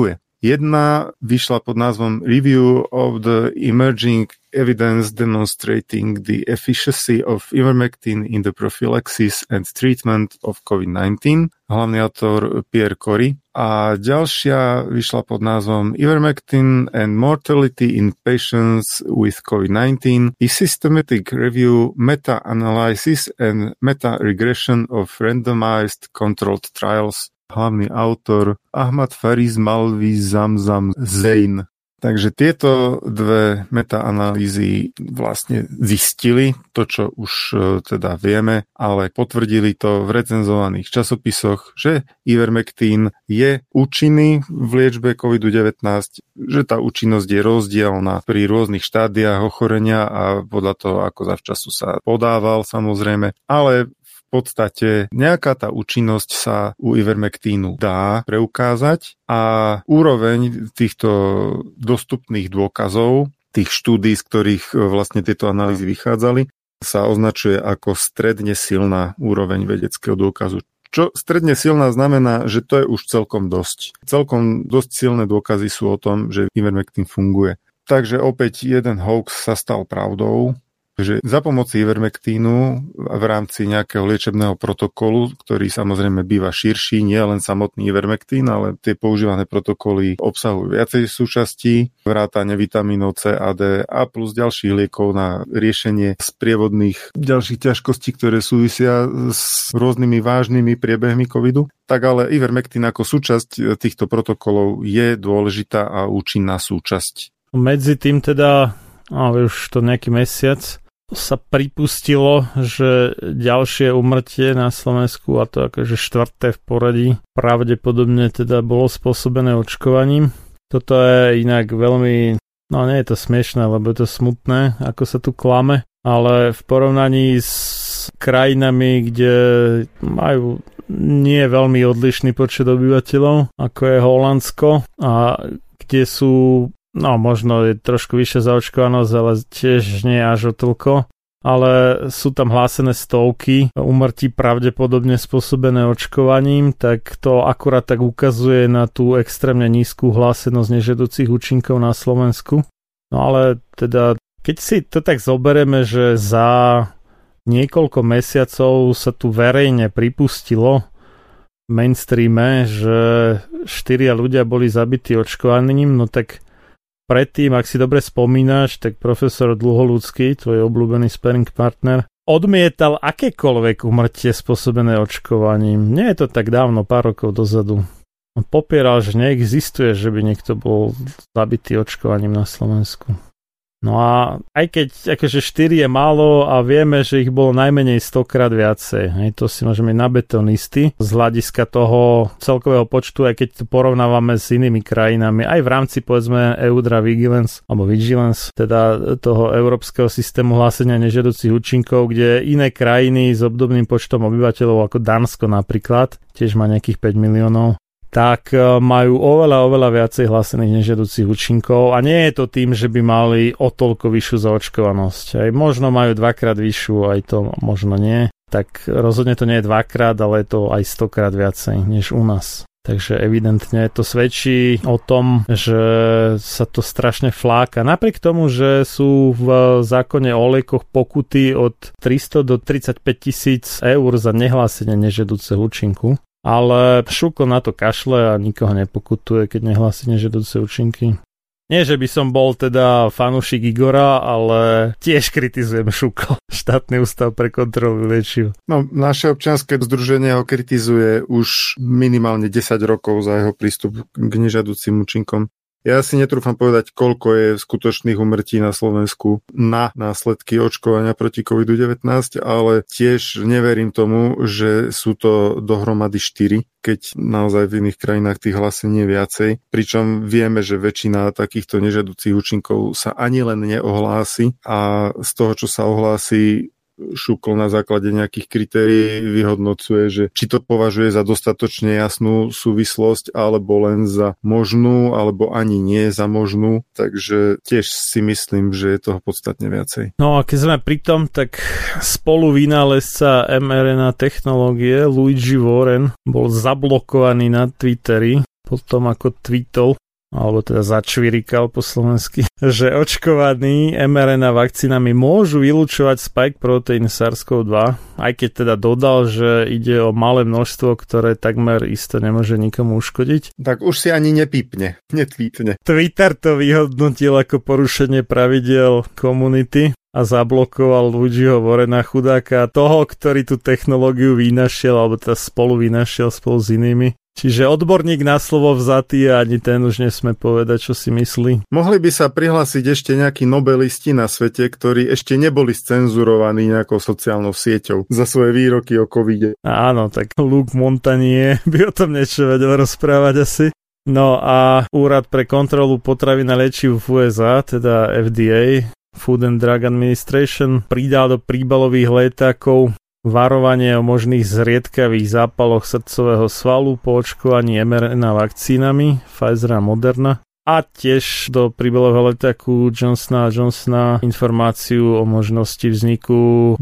Jedna vyšla pod názvom Review of the Emerging Evidence Demonstrating the Efficacy of Ivermectin in the Prophylaxis and Treatment of COVID-19. Hlavný autor Pierre Kory. A ďalšia vyšla pod názvom Ivermectin and Mortality in Patients with COVID-19, a Systematic Review, Meta-Analysis and Meta-Regression of Randomized Controlled Trials. Hlavný autor Ahmad Fariz Malvi Zamzam Zein. Takže tieto dve metaanalýzy vlastne zistili to, čo už teda vieme, ale potvrdili to v recenzovaných časopisoch, že Ivermectin je účinný v liečbe COVID-19, že tá účinnosť je rozdielna pri rôznych štádiách ochorenia a podľa toho, ako zavčasu sa podával samozrejme, ale v podstate nejaká tá účinnosť sa u Ivermectinu dá preukázať a úroveň týchto dostupných dôkazov, tých štúdií, z ktorých vlastne tieto analýzy vychádzali, sa označuje ako stredne silná úroveň vedeckého dôkazu. Čo stredne silná znamená, že to je už celkom dosť. Celkom dosť silné dôkazy sú o tom, že Ivermectin funguje. Takže opäť jeden hoax sa stal pravdou, že za pomoci Ivermectinu v rámci nejakého liečebného protokolu, ktorý samozrejme býva širší, nie len samotný Ivermectin, ale tie používané protokoly obsahujú viacej súčastí, vrátane vitamínov C a D a plus ďalších liekov na riešenie sprievodných ďalších ťažkostí, ktoré súvisia s rôznymi vážnymi priebehmi covidu. Tak ale Ivermectin ako súčasť týchto protokolov je dôležitá a účinná súčasť. Medzi tým teda, už to nejaký mesiac, sa pripustilo, že ďalšie úmrtie na Slovensku, a to akože 4. v poradí, pravdepodobne teda bolo spôsobené očkovaním. Toto je inak veľmi, nie je to smiešné, lebo je to smutné, ako sa tu klame, ale v porovnaní s krajinami, kde majú nie veľmi odlišný počet obyvateľov, ako je Holandsko, a kde sú možno je trošku vyššia zaočkovanosť, ale tiež nie až o toľko. Ale sú tam hlásené stovky úmrtí pravdepodobne spôsobené očkovaním, tak to akurát tak ukazuje na tú extrémne nízku hlásenosť nežiaducich účinkov na Slovensku. No ale teda, keď si to tak zoberieme, že za niekoľko mesiacov sa tu verejne pripustilo v mainstreame, že 4 ľudia boli zabití očkovaním, no tak predtým, ak si dobre spomínaš, tak profesor Dlholudský, tvoj obľúbený sparring partner, odmietal akékoľvek úmrtie spôsobené očkovaním. Nie je to tak dávno, pár rokov dozadu. On popieral, že neexistuje, že by niekto bol zabitý očkovaním na Slovensku. No a aj keď akože 4 je málo a vieme, že ich bolo najmenej 100-krát viacej. To si môžeme na betonisty z hľadiska toho celkového počtu, aj keď to porovnávame s inými krajinami, aj v rámci povedzme EUDRA Vigilance, alebo Vigilance, teda toho európskeho systému hlásenia nežiaducich účinkov, kde iné krajiny s obdobným počtom obyvateľov ako Dánsko napríklad, tiež má nejakých 5 miliónov, tak majú oveľa viacej hlásených nežiaducich účinkov a nie je to tým, že by mali o toľko vyššiu zaočkovanosť. Aj možno majú 2-krát vyššiu, aj to možno nie. Tak rozhodne to nie je 2-krát, ale je to aj 100-krát viacej než u nás. Takže evidentne to svedčí o tom, že sa to strašne fláka. Napriek tomu, že sú v zákone o liekoch pokuty od 300 do 35 000 eur za nehlásenie nežiaduceho účinku. Ale Šuko na to kašle a nikoho nepokutuje, keď nehlási nežiaduce účinky. Nie, že by som bol teda fanúšik Igora, ale tiež kritizujem Šuko, štátny ústav pre kontrolu liečiv. Naše občianske združenie ho kritizuje už minimálne 10 rokov za jeho prístup k nežiaducim účinkom. Ja si netrúfam povedať, koľko je skutočných úmrtí na Slovensku na následky očkovania proti COVID-19, ale tiež neverím tomu, že sú to dohromady 4, keď naozaj v iných krajinách tých hlásení je viacej. Pričom vieme, že väčšina takýchto nežiaducich účinkov sa ani len neohlási a z toho, čo sa ohlási, Šukl na základe nejakých kritérií vyhodnocuje, že či to považuje za dostatočne jasnú súvislosť, alebo len za možnú, alebo ani nie za možnú. Takže tiež si myslím, že je toho podstatne viacej. No a keď sme pri tom, tak spoluvynálezca mRNA technológie Luigi Warren bol zablokovaný na Twitteri potom ako tweetol alebo teda začvirikal po slovensky, že očkovaní mRNA vakcínami môžu vylúčovať spike protein SARS-CoV-2, aj keď teda dodal, že ide o malé množstvo, ktoré takmer isto nemôže nikomu uškodiť. Tak už si ani nepípne, netvítne. Twitter to vyhodnotil ako porušenie pravidiel komunity a zablokoval Luigiho Warrena chudáka, toho, ktorý tú technológiu vynašiel, alebo teda spolu vynašiel spolu s inými. Čiže odborník na slovo vzatý a ani ten už nesme povedať, čo si myslí. Mohli by sa prihlásiť ešte nejakí nobelisti na svete, ktorí ešte neboli scenzurovaní nejakou sociálnou sieťou za svoje výroky o covide. Áno, tak Luc Montagnier by o tom niečo vedel rozprávať asi. No a Úrad pre kontrolu potravín a liečiv v USA, teda FDA, Food and Drug Administration, pridal do príbalových letákov varovanie o možných zriedkavých zápaloch srdcového svalu po očkovaní mRNA vakcínami Pfizer a Moderna a tiež do príbalového letáku Johnsona & Johnsona informáciu o možnosti vzniku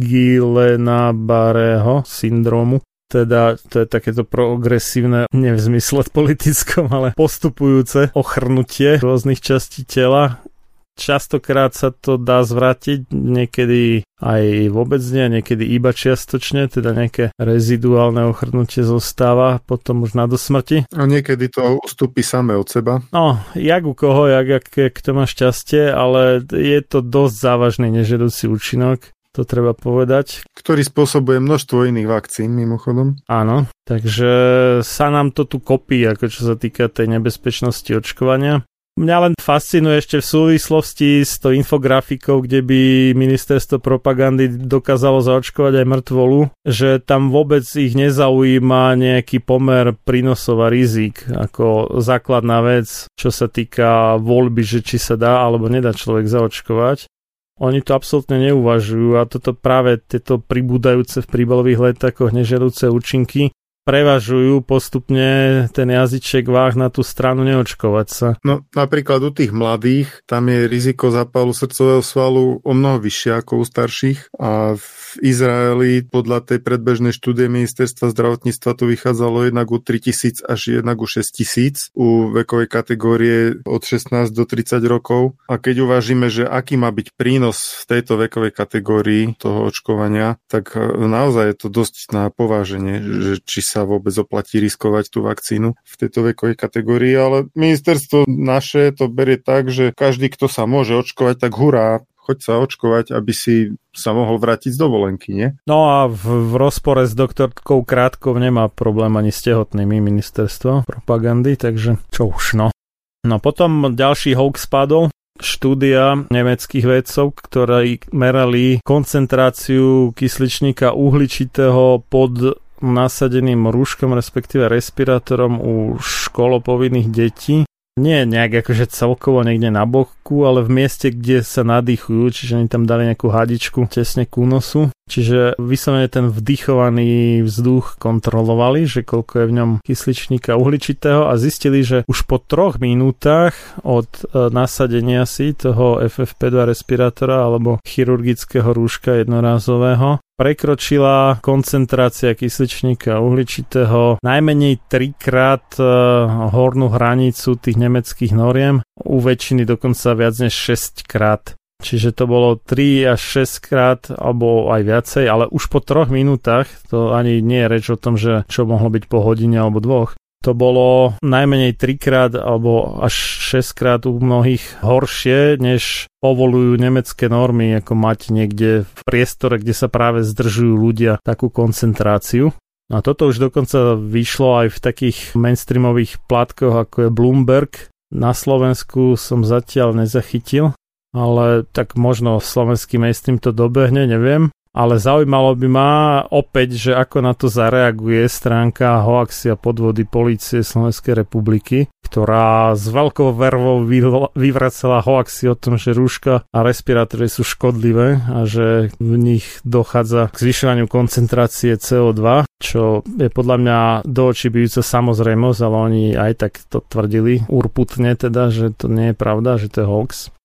Guillain-Barrého syndrómu. Teda to je takéto progresívne, nie v zmysle politickom, ale postupujúce ochrnutie rôznych častí tela. Častokrát sa to dá zvrátiť, niekedy aj vôbec nie, niekedy iba čiastočne, teda nejaké reziduálne ochrnutie zostáva potom už na dosmrti. A niekedy to ustúpi samé od seba. No, jak u koho, jak kto má šťastie, ale je to dosť závažný nežiaducí účinok. To treba povedať. Ktorý spôsobuje množstvo iných vakcín, mimochodom. Áno, takže sa nám to tu kopí, ako čo sa týka tej nebezpečnosti očkovania. Mňa len fascinuje ešte v súvislosti s tou infografikou, kde by ministerstvo propagandy dokázalo zaočkovať aj mŕtvolu, že tam vôbec ich nezaujíma nejaký pomer prínosov a rizik ako základná vec, čo sa týka voľby, že či sa dá alebo nedá človek zaočkovať. Oni to absolútne neuvažujú a toto práve tieto pribúdajúce v príbalových letákoch nežiaduce účinky prevažujú postupne ten jazyček váh na tú stranu neočkovať sa. No napríklad u tých mladých, tam je riziko zápalu srdcového svalu o mnoho vyššie ako u starších a v Izraeli podľa tej predbežnej štúdie ministerstva zdravotníctva to vychádzalo jednak u 3000 až jednak u 6000 u vekovej kategórie od 16 do 30 rokov. A keď uvažíme, že aký má byť prínos v tejto vekovej kategórii toho očkovania, tak naozaj je to dosť na pováženie, že či sa vôbec oplatí riskovať tú vakcínu v tejto vekovej kategórii, ale ministerstvo naše to berie tak, že každý, kto sa môže očkovať, tak hurá, choď sa očkovať, aby si sa mohol vrátiť z dovolenky, nie? No a v rozpore s doktorkou Krátkou nemá problém ani s tehotnými ministerstvo propagandy, takže čo už no. No potom ďalší hoax padol. Štúdia nemeckých vedcov, ktorí merali koncentráciu kysličníka uhličitého pod nasadeným rúškom, respektíve respirátorom u školopovinných detí. Nie nejak akože celkovo niekde na boku, ale v mieste, kde sa nadýchujú, čiže oni tam dali nejakú hadičku tesne ku nosu. Čiže vyslovene ten vdychovaný vzduch kontrolovali, že koľko je v ňom kysličníka uhličitého a zistili, že už po 3 minútach od nasadenia si toho FFP2 respirátora alebo chirurgického rúška jednorázového prekročila koncentrácia kysličníka uhličitého najmenej 3-krát hornú hranicu tých nemeckých noriem, u väčšiny dokonca viac než 6-krát. Čiže to bolo 3 až 6 krát, alebo aj viacej, ale už po 3 minútach, to ani nie je reč o tom, že čo mohlo byť po hodine alebo 2. To bolo najmenej 3 krát alebo až 6 krát u mnohých horšie, než povolujú nemecké normy, ako mať niekde v priestore, kde sa práve zdržujú ľudia takú koncentráciu. A toto už dokonca vyšlo aj v takých mainstreamových plátkoch, ako je Bloomberg. Na Slovensku som zatiaľ nezachytil, ale tak možno slovenský mainstream to dobehne, neviem. Ale zaujímalo by ma opäť, že ako na to zareaguje stránka hoaxy a podvody polície Slovenskej republiky, ktorá s veľkou vervou vyvracela hoaxy o tom, že rúška a respirátory sú škodlivé a že v nich dochádza k zvyšovaniu koncentrácie CO2, čo je podľa mňa do očí bijúca samozrejmosť, ale oni aj tak to tvrdili urputne teda, že to nie je pravda, že to je hoax.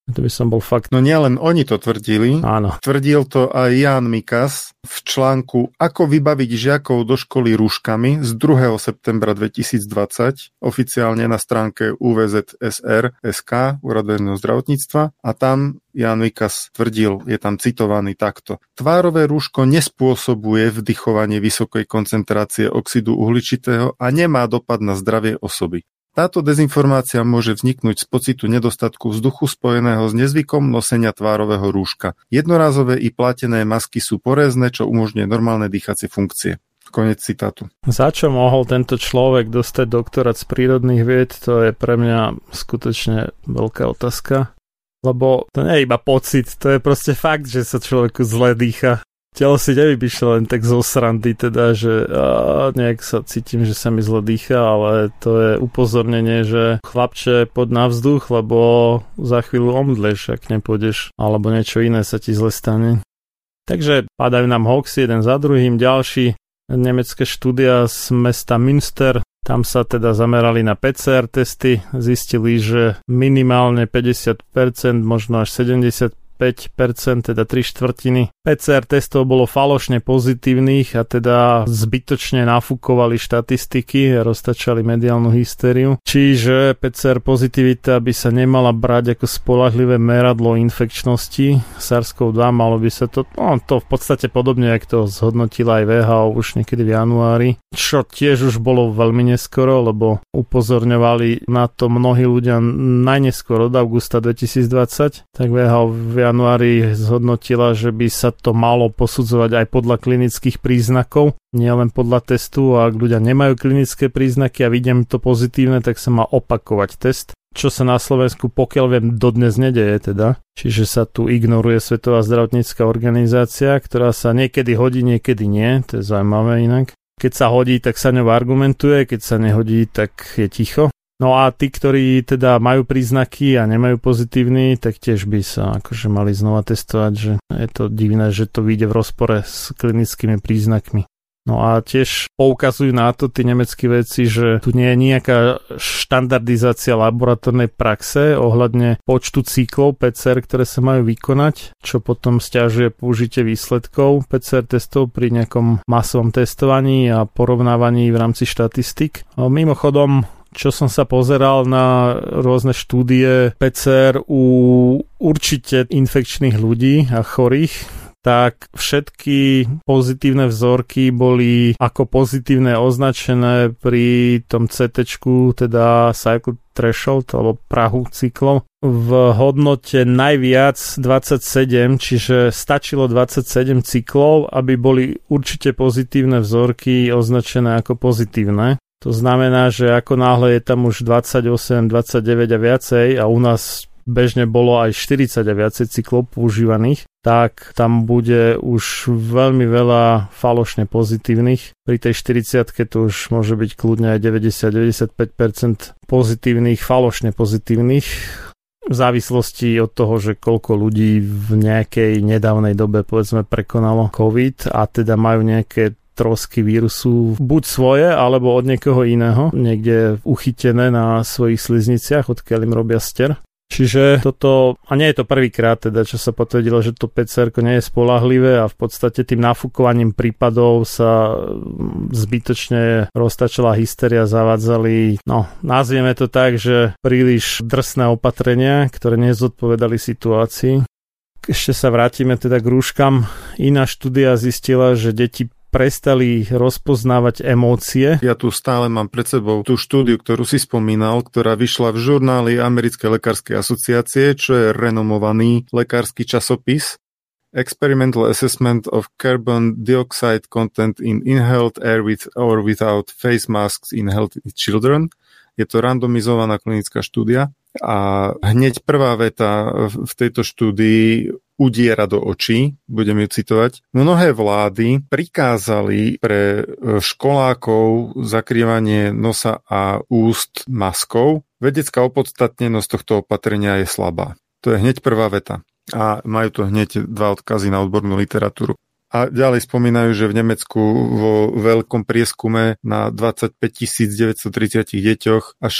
To by som bol fakt... No nielen oni to tvrdili, Áno. tvrdil to aj Jan Mikas v článku Ako vybaviť žiakov do školy rúškami z 2. septembra 2020, oficiálne na stránke UVZSR.sk, Úradu verejného zdravotníctva, a tam Jan Mikas tvrdil, je tam citovaný takto. Tvárové rúško nespôsobuje vdychovanie vysokej koncentrácie oxidu uhličitého a nemá dopad na zdravie osoby. Táto dezinformácia môže vzniknúť z pocitu nedostatku vzduchu spojeného s nezvykom nosenia tvárového rúška. Jednorázové i platené masky sú porézne, čo umožňuje normálne dýchacie funkcie. Konec citátu. Za čo mohol tento človek dostať doktorát z prírodných vied, to je pre mňa skutočne veľká otázka. Lebo to nie je iba pocit, to je proste fakt, že sa človeku zle dýcha. Telo si nevypíše len tak zo srandy, teda, že nejak sa cítim, že sa mi zle dýcha, ale to je upozornenie, že chlapče, poď na vzduch, lebo za chvíľu omdleš, ak nepôjdeš, alebo niečo iné sa ti zle stane. Takže padajú nám hoaxy jeden za druhým. Ďalší nemecké štúdia z mesta Münster, tam sa teda zamerali na PCR testy, zistili, že minimálne 50%, možno až 75%, teda 3/4 PCR testov bolo falošne pozitívnych a teda zbytočne nafúkovali štatistiky a roztačali mediálnu hystériu. Čiže PCR pozitivita by sa nemala brať ako spoľahlivé meradlo infekčnosti SARS-CoV-2, malo by sa to v podstate podobne, jak to zhodnotila aj WHO už niekedy v januári, čo tiež už bolo veľmi neskoro, lebo upozorňovali na to mnohí ľudia najneskôr od augusta 2020, tak WHO v januári zhodnotila, že by sa to malo posudzovať aj podľa klinických príznakov, nielen podľa testu, a ak ľudia nemajú klinické príznaky a vidím to pozitívne, tak sa má opakovať test, čo sa na Slovensku, pokiaľ viem, dodnes nedeje teda. Čiže sa tu ignoruje Svetová zdravotnícka organizácia, ktorá sa niekedy hodí, niekedy nie, to je zaujímavé inak. Keď sa hodí, tak sa ňou argumentuje, keď sa nehodí, tak je ticho. No a tí, ktorí teda majú príznaky a nemajú pozitívny, tak tiež by sa akože mali znova testovať, že je to divné, že to vyjde v rozpore s klinickými príznakmi. No a tiež poukazujú na to tí nemeckí vedci, že tu nie je nejaká štandardizácia laboratórnej praxe ohľadne počtu cyklov PCR, ktoré sa majú vykonať, čo potom sťažuje použitie výsledkov PCR testov pri nejakom masovom testovaní a porovnávaní v rámci štatistik. A mimochodom, čo som sa pozeral na rôzne štúdie PCR u určite infekčných ľudí a chorých, tak všetky pozitívne vzorky boli ako pozitívne označené pri tom CT-čku, teda Cycle Threshold, alebo prahu cyklov, v hodnote najviac 27, čiže stačilo 27 cyklov, aby boli určite pozitívne vzorky označené ako pozitívne. To znamená, že ako náhle je tam už 28, 29 a viacej a u nás bežne bolo aj 40 a viacej cyklov používaných, tak tam bude už veľmi veľa falošne pozitívnych. Pri tej 40-ke to už môže byť kľudne aj 90-95% pozitívnych, falošne pozitívnych. V závislosti od toho, že koľko ľudí v nejakej nedávnej dobe povedzme prekonalo COVID a teda majú nejaké trosky vírusu buď svoje, alebo od niekoho iného, niekde uchytené na svojich slizniciach, odkiaľ im robia ster. Čiže toto, a nie je to prvýkrát teda, čo sa potvrdilo, že to PCR nie je spoľahlivé a v podstate tým nafúkovaním prípadov sa zbytočne roztačila hysteria, zavádzali, nazvieme to tak, že príliš drsné opatrenia, ktoré nezodpovedali situácii. Ešte sa vrátime teda k rúškam. Iná štúdia zistila, že deti prestali rozpoznávať emócie. Ja tu stále mám pred sebou tú štúdiu, ktorú si spomínal, ktorá vyšla v žurnáli Americkej lekárskej asociácie, čo je renomovaný lekársky časopis. Experimental Assessment of Carbon Dioxide Content in Inhaled Air with or Without Face Masks in Healthy Children. Je to randomizovaná klinická štúdia a hneď prvá veta v tejto štúdii udiera do očí, budem ju citovať. Mnohé vlády prikázali pre školákov zakrývanie nosa a úst maskou. Vedecká opodstatnenosť tohto opatrenia je slabá. To je hneď prvá veta. A majú to hneď dva odkazy na odbornú literatúru. A ďalej spomínajú, že v Nemecku vo veľkom prieskume na 25 930 deťoch až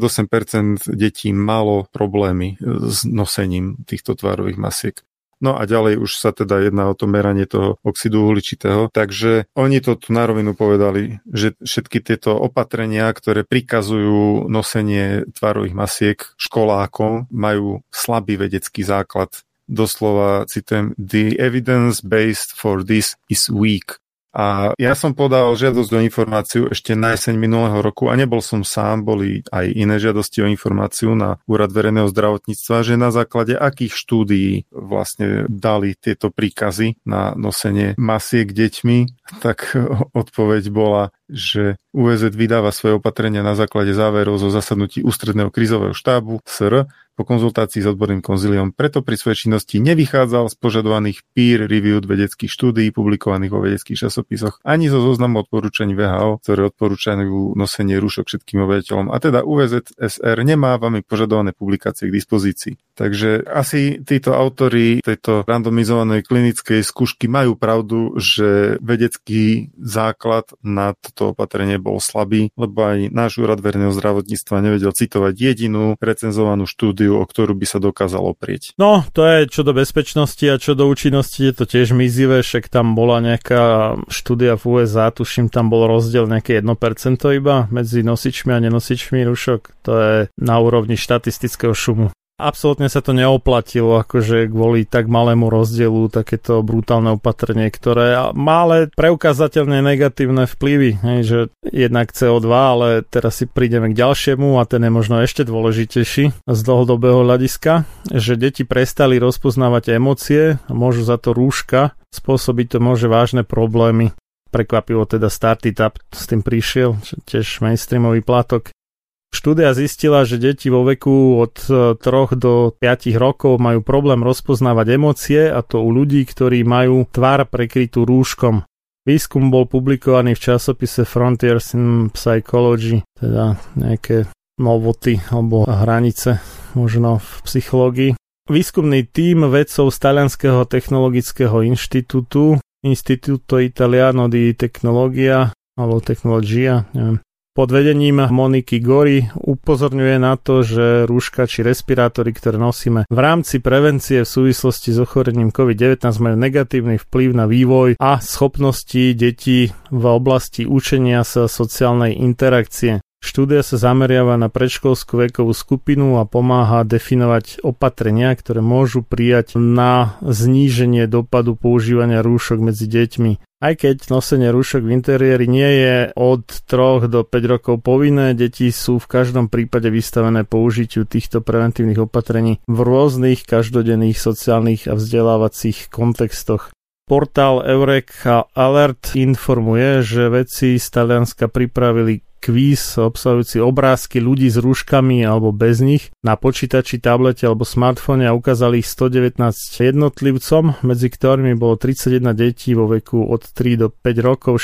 68% detí malo problémy s nosením týchto tvárových masiek. No a ďalej už sa teda jedná o to meranie toho oxidu uhličitého. Takže oni to tu na rovinu povedali, že všetky tieto opatrenia, ktoré prikazujú nosenie tvárových masiek školákom, majú slabý vedecký základ. Doslova citujem, the evidence based for this is weak. A ja som podal žiadosť o informáciu ešte na jeseň minulého roku a nebol som sám, boli aj iné žiadosti o informáciu na Úrad verejného zdravotníctva, že na základe akých štúdií vlastne dali tieto príkazy na nosenie masiek deťmi, tak odpoveď bola, že UVZ vydáva svoje opatrenia na základe záverov zo zasadnutí ústredného krízového štábu SR po konzultácii s odborným konzíliom. Preto pri svojej činnosti nevychádzal z požadovaných peer-reviewed vedeckých štúdií publikovaných vo vedeckých časopisoch ani zo zoznamu odporúčaní WHO, ktoré odporúčajú nosenie rúšok všetkým obyvateľom. A teda UVZ SR nemá vami požadované publikácie k dispozícii. Takže asi títo autori tejto randomizovanej klinickej skúšky majú pravdu, že vedecký základ na toto opatrenie bol slabý, lebo aj náš Úrad verejného zdravotníctva nevedel citovať jedinú recenzovanú štúdiu, o ktorú by sa dokázalo oprieť. No, to je čo do bezpečnosti a čo do účinnosti je to tiež mizivé, však tam bola nejaká štúdia v USA, tuším, tam bol rozdiel nejaké 1% iba medzi nosičmi a nenosičmi rúšok. To je na úrovni štatistického šumu. Absolútne sa to neoplatilo, akože kvôli tak malému rozdielu takéto brutálne opatrenie, ktoré má ale preukázateľne negatívne vplyvy, že jednak CO2, ale teraz si prídeme k ďalšiemu a ten je možno ešte dôležitejší z dlhodobého hľadiska, že deti prestali rozpoznávať emócie a môžu za to rúška spôsobiť to môže vážne problémy. Prekvapivo teda Startup s tým prišiel, tiež mainstreamový plátok. Štúdia zistila, že deti vo veku od 3 do 5 rokov majú problém rozpoznávať emócie, a to u ľudí, ktorí majú tvár prekrytú rúškom. Výskum bol publikovaný v časopise Frontiers in Psychology, teda nejaké novoty alebo hranice možno v psychológii. Výskumný tím vedcov z Talianskeho technologického inštitútu Istituto Italiano di Tecnologia alebo Technologia, neviem, pod vedením Moniky Gori upozorňuje na to, že rúška či respirátory, ktoré nosíme v rámci prevencie v súvislosti s ochorením COVID-19 majú negatívny vplyv na vývoj a schopnosti detí v oblasti učenia sa sociálnej interakcie. Štúdia sa zameriava na predškolskú vekovú skupinu a pomáha definovať opatrenia, ktoré môžu prijať na zníženie dopadu používania rúšok medzi deťmi. Aj keď nosenie rúšok v interiéri nie je od 3 do 5 rokov povinné, deti sú v každom prípade vystavené použitiu týchto preventívnych opatrení v rôznych každodenných sociálnych a vzdelávacích kontextoch. Portál Eureka Alert informuje, že vedci z Talianska pripravili kvíz obsahujúci obrázky ľudí s rúškami alebo bez nich na počítači, tablete alebo smartfóne a ukázali ich 119 jednotlivcom, medzi ktorými bolo 31 detí vo veku od 3 do 5 rokov,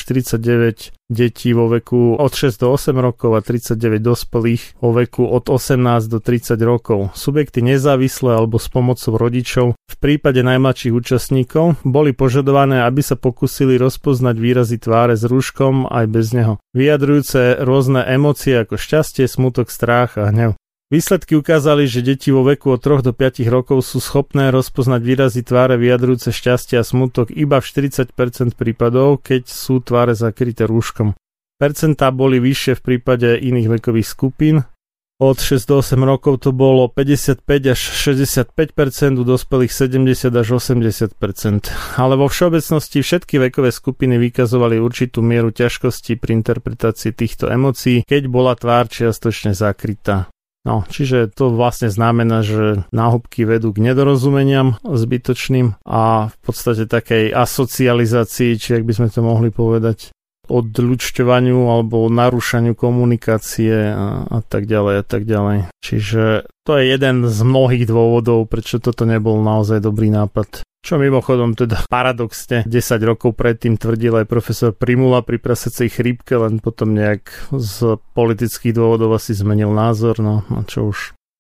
49 detí vo veku od 6 do 8 rokov a 39 dospelých vo veku od 18 do 30 rokov. Subjekty nezávisle alebo s pomocou rodičov v prípade najmladších účastníkov boli požadované, aby sa pokúsili rozpoznať výrazy tváre s rúškom aj bez neho, vyjadrujúce rôzne emócie ako šťastie, smutok, strach a hnev. Výsledky ukázali, že deti vo veku od 3 do 5 rokov sú schopné rozpoznať výrazy tváre vyjadrujúce šťastie a smutok iba v 40% prípadov, keď sú tváre zakryté rúškom. Percentá boli vyššie v prípade iných vekových skupín. Od 6 do 8 rokov to bolo 55 až 65%, u dospelých 70 až 80%. Ale vo všeobecnosti všetky vekové skupiny vykazovali určitú mieru ťažkosti pri interpretácii týchto emócií, keď bola tvár čiastočne zakrytá. No, čiže to vlastne znamená, že náhubky vedú k nedorozumeniam zbytočným a v podstate takej asocializácii, či ak by sme to mohli povedať, odľučťovaniu alebo narúšaniu komunikácie a tak ďalej a tak ďalej. Čiže to je jeden z mnohých dôvodov, prečo toto nebol naozaj dobrý nápad. Čo mimochodom teda paradoxne 10 rokov predtým tvrdil aj profesor Primula pri prasacej chrípke, len potom nejak z politických dôvodov asi zmenil názor, no a čo už.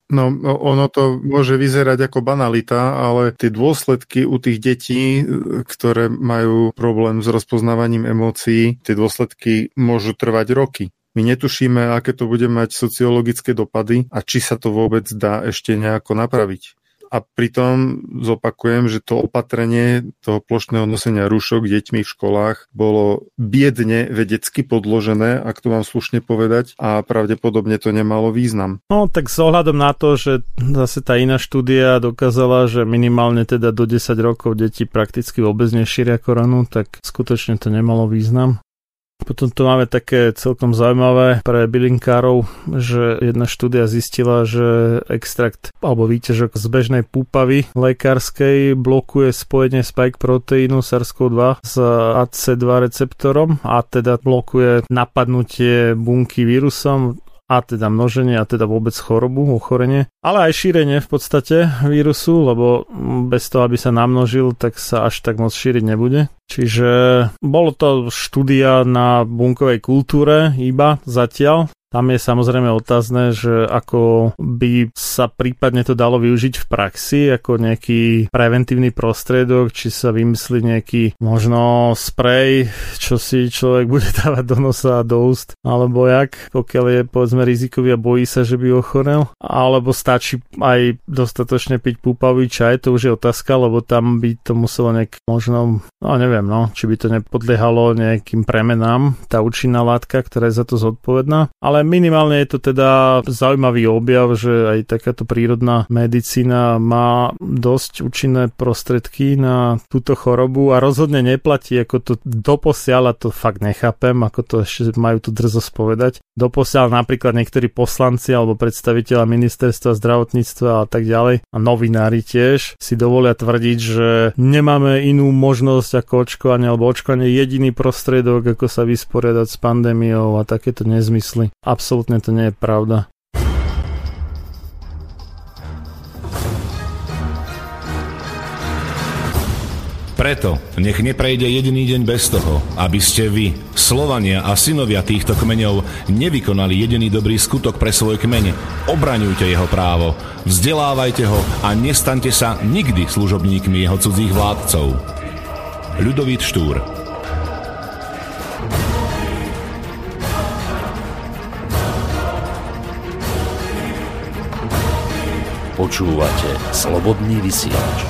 No, ono to môže vyzerať ako banalita, ale tie dôsledky u tých detí, ktoré majú problém s rozpoznávaním emócií, tie dôsledky môžu trvať roky. My netušíme, aké to bude mať sociologické dopady a či sa to vôbec dá ešte nejako napraviť. A pritom zopakujem, že to opatrenie toho plošného nosenia rúšok deťmi v školách bolo biedne vedecky podložené, ak to mám slušne povedať, a pravdepodobne to nemalo význam. No tak s ohľadom na to, že zase tá iná štúdia dokázala, že minimálne teda do 10 rokov deti prakticky vôbec nešíria koronu, tak skutočne to nemalo význam. Potom tu máme také celkom zaujímavé pre bylinkárov, že jedna štúdia zistila, že extrakt alebo výťažok z bežnej púpavy lekárskej blokuje spojenie spike proteínu SARS-CoV-2 s AC2 receptorom a teda blokuje napadnutie bunky vírusom a teda množenie a teda vôbec chorobu, ochorenie, ale aj šírenie v podstate vírusu, lebo bez toho, aby sa namnožil, tak sa až tak moc šíriť nebude. Čiže bolo to štúdia na bunkovej kultúre iba zatiaľ. Tam je samozrejme otázne, že ako by sa prípadne to dalo využiť v praxi, ako nejaký preventívny prostriedok, či sa vymyslí nejaký možno sprej, čo si človek bude dávať do nosa a do úst, alebo jak, pokiaľ je povedzme rizikový a bojí sa, že by ochorel, alebo stačí aj dostatočne piť púpavý čaj, to už je otázka, lebo tam by to muselo nejak možno, no neviem, či by to nepodliehalo nejakým premenám, tá účinná látka, ktorá je za to zodpovedná, ale minimálne je to teda zaujímavý objav, že aj takáto prírodná medicína má dosť účinné prostriedky na túto chorobu a rozhodne neplatí, ako to doposiaľ, a to fakt nechápem, ako to ešte majú tu drzosť povedať. Doposiaľ napríklad niektorí poslanci alebo predstavitelia ministerstva zdravotníctva a tak ďalej a novinári tiež si dovolia tvrdiť, že nemáme inú možnosť ako očkovanie alebo očkovanie je jediný prostriedok, ako sa vysporiadať s pandémiou a takéto nezmysly. Absolútne to nie je pravda. Preto nech neprejde jediný deň bez toho, aby ste vy, Slovania a synovia týchto kmeňov, nevykonali jediný dobrý skutok pre svoj kmeň. Obraňujte jeho právo, vzdelávajte ho a nestaňte sa nikdy služobníkmi jeho cudzích vládcov. Ľudovít Štúr. Počúvate Slobodný vysielač.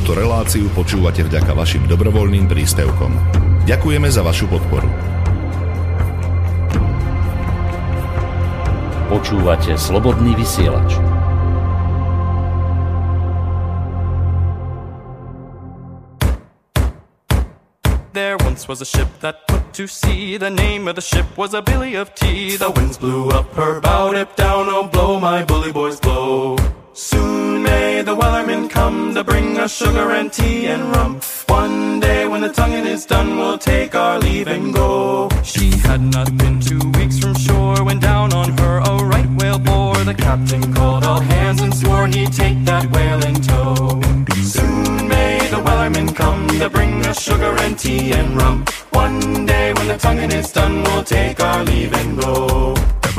Túto reláciu počúvate vďaka vašim dobrovoľným príspevkom. Ďakujeme za vašu podporu. Počúvate Slobodný vysielač. There once was a ship that put to sea. The name of the ship was a Billy of Tea. The winds blew up her bow, dip down, oh blow, my bully boys blow. Soon may the wellerman come to bring us sugar and tea and rum. One day when the tonguing is done, we'll take our leave and go. She had not been 2 weeks from shore when down on her a right whale bore. The captain called all hands and swore he'd take that whale in tow. Soon may the wellerman come to bring us sugar and tea and rum. One day when the tonguing is done, we'll take our leave and go.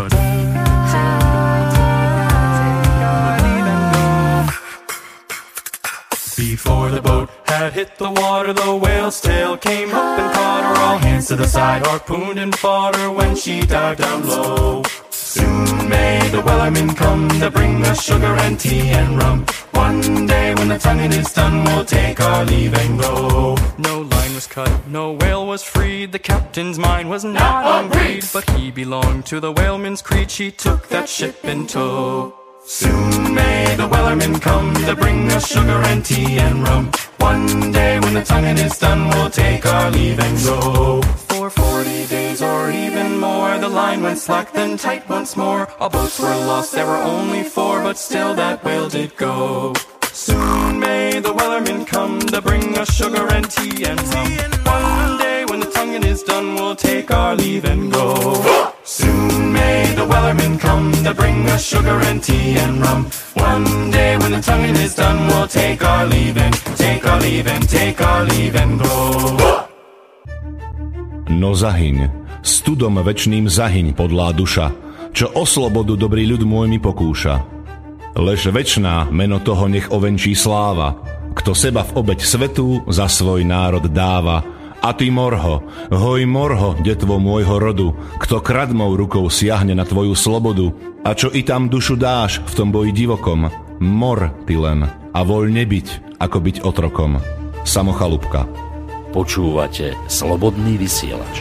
Before the boat had hit the water, the whale's tail came up and caught her. All hands to the side, harpooned and fought her when she dived down low. Soon may the wellerman come to bring us sugar and tea and rum. One day when the tonguing is done, we'll take our leave and go. No line was cut, no whale was freed. The captain's mind was not on greed, but he belonged to the whaleman's creed. She took that ship in tow. Soon may the wellerman come to bring us sugar and tea and rum. One day when the tonguing is done, we'll take our leave and go. For 40 days or even more, the line went slack, then tight once more. Our boats were lost, there were only 4, but still that whale did go. Soon may the wellerman come to bring us sugar and tea and rum. One day when the tonguing is done, we'll take our leave and go. Soon may the wellerman come to bring us sugar and tea and rum. One day when the tonguing is done, we'll take our leave and take our leave and take our leave and go. No zahyň, studom večným zahyň, podlá duša, čo o slobodu dobrý ľud môj mi pokúša. Lež večná meno toho nech ovenčí sláva, kto seba v obeť svetu za svoj národ dáva. A ty morho, hoj morho, detvo môjho rodu, kto kradmou rukou siahne na tvoju slobodu, a čo i tam dušu dáš v tom boji divokom, mor ty len a voľne byť, ako byť otrokom. Samo Chalúbka. Počúvate Slobodný vysielač.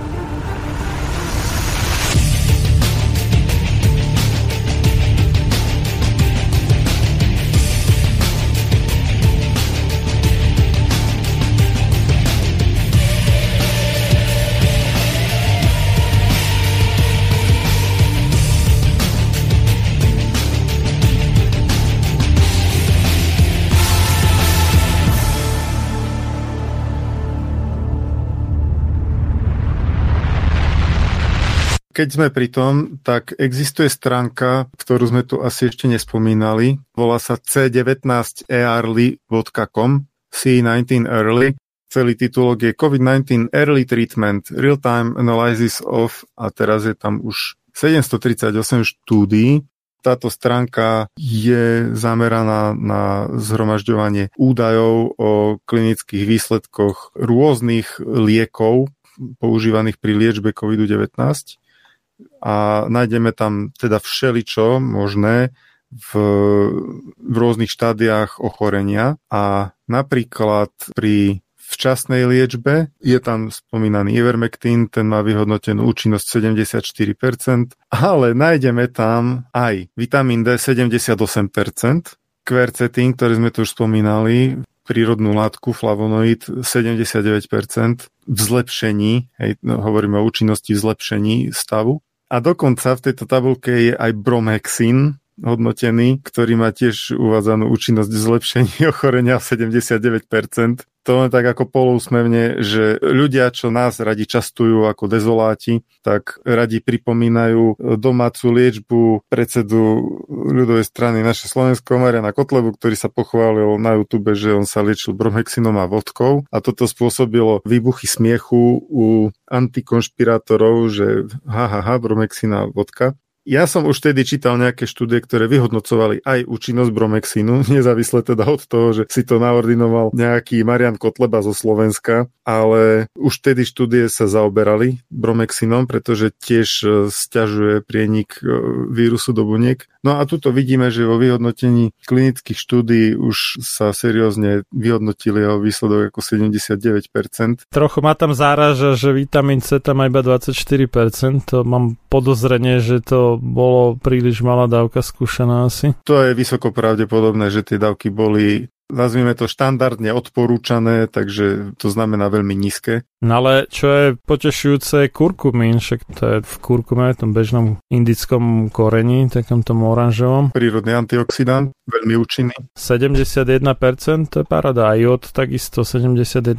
Keď sme pri tom, tak existuje stránka, ktorú sme tu asi ešte nespomínali. Volá sa c19early.com, C19 Early. Celý titulok je COVID-19 Early Treatment, Real-Time Analysis of, a teraz je tam už 738 štúdií. Táto stránka je zameraná na zhromažďovanie údajov o klinických výsledkoch rôznych liekov používaných pri liečbe COVID-19. A nájdeme tam teda všeličo možné v rôznych štádiách ochorenia a napríklad pri včasnej liečbe je tam spomínaný Ivermectin, ten má vyhodnotenú účinnosť 74%, ale nájdeme tam aj vitamín D 78%, quercetín, ktorý sme tu už spomínali, prírodnú látku flavonoid 79% v zlepšení, hovoríme o účinnosti v zlepšení stavu. A dokonca v tejto tabuľke je aj bromhexín hodnotený, ktorý má tiež uvádzanú účinnosť v zlepšení ochorenia 79%. To len tak ako polousmevne, že ľudia, čo nás radi častujú ako dezoláti, tak radi pripomínajú domácu liečbu predsedu ľudovej strany Naše Slovensko Mariana Kotlebu, ktorý sa pochválil na YouTube, že on sa liečil bromhexinom a vodkou a toto spôsobilo výbuchy smiechu u antikonšpirátorov, že bromhexin a vodka. Ja som už vtedy čítal nejaké štúdie, ktoré vyhodnocovali aj účinnosť bromexínu, nezávisle teda od toho, že si to naordinoval nejaký Marian Kotleba zo Slovenska, ale už vtedy štúdie sa zaoberali bromexínom, pretože tiež sťažuje prienik vírusu do buniek. No a tuto vidíme, že vo vyhodnotení klinických štúdií už sa seriózne vyhodnotili jeho výsledok ako 79%. Trochu ma tam záraža, že vitamín C tam má iba 24%. To mám podozrenie, že to bolo príliš malá dávka skúšaná asi. To je vysoko pravdepodobné, že tie dávky boli, nazvime to, štandardne odporúčané, takže to znamená veľmi nízke. No ale čo je potešujúce je kurkumín, však to je v kurkume, v tom bežnom indickom koreni, takom tom oranžovom. Prírodný antioxidant, veľmi účinný. 71%, to je paráda. A jód takisto 71%.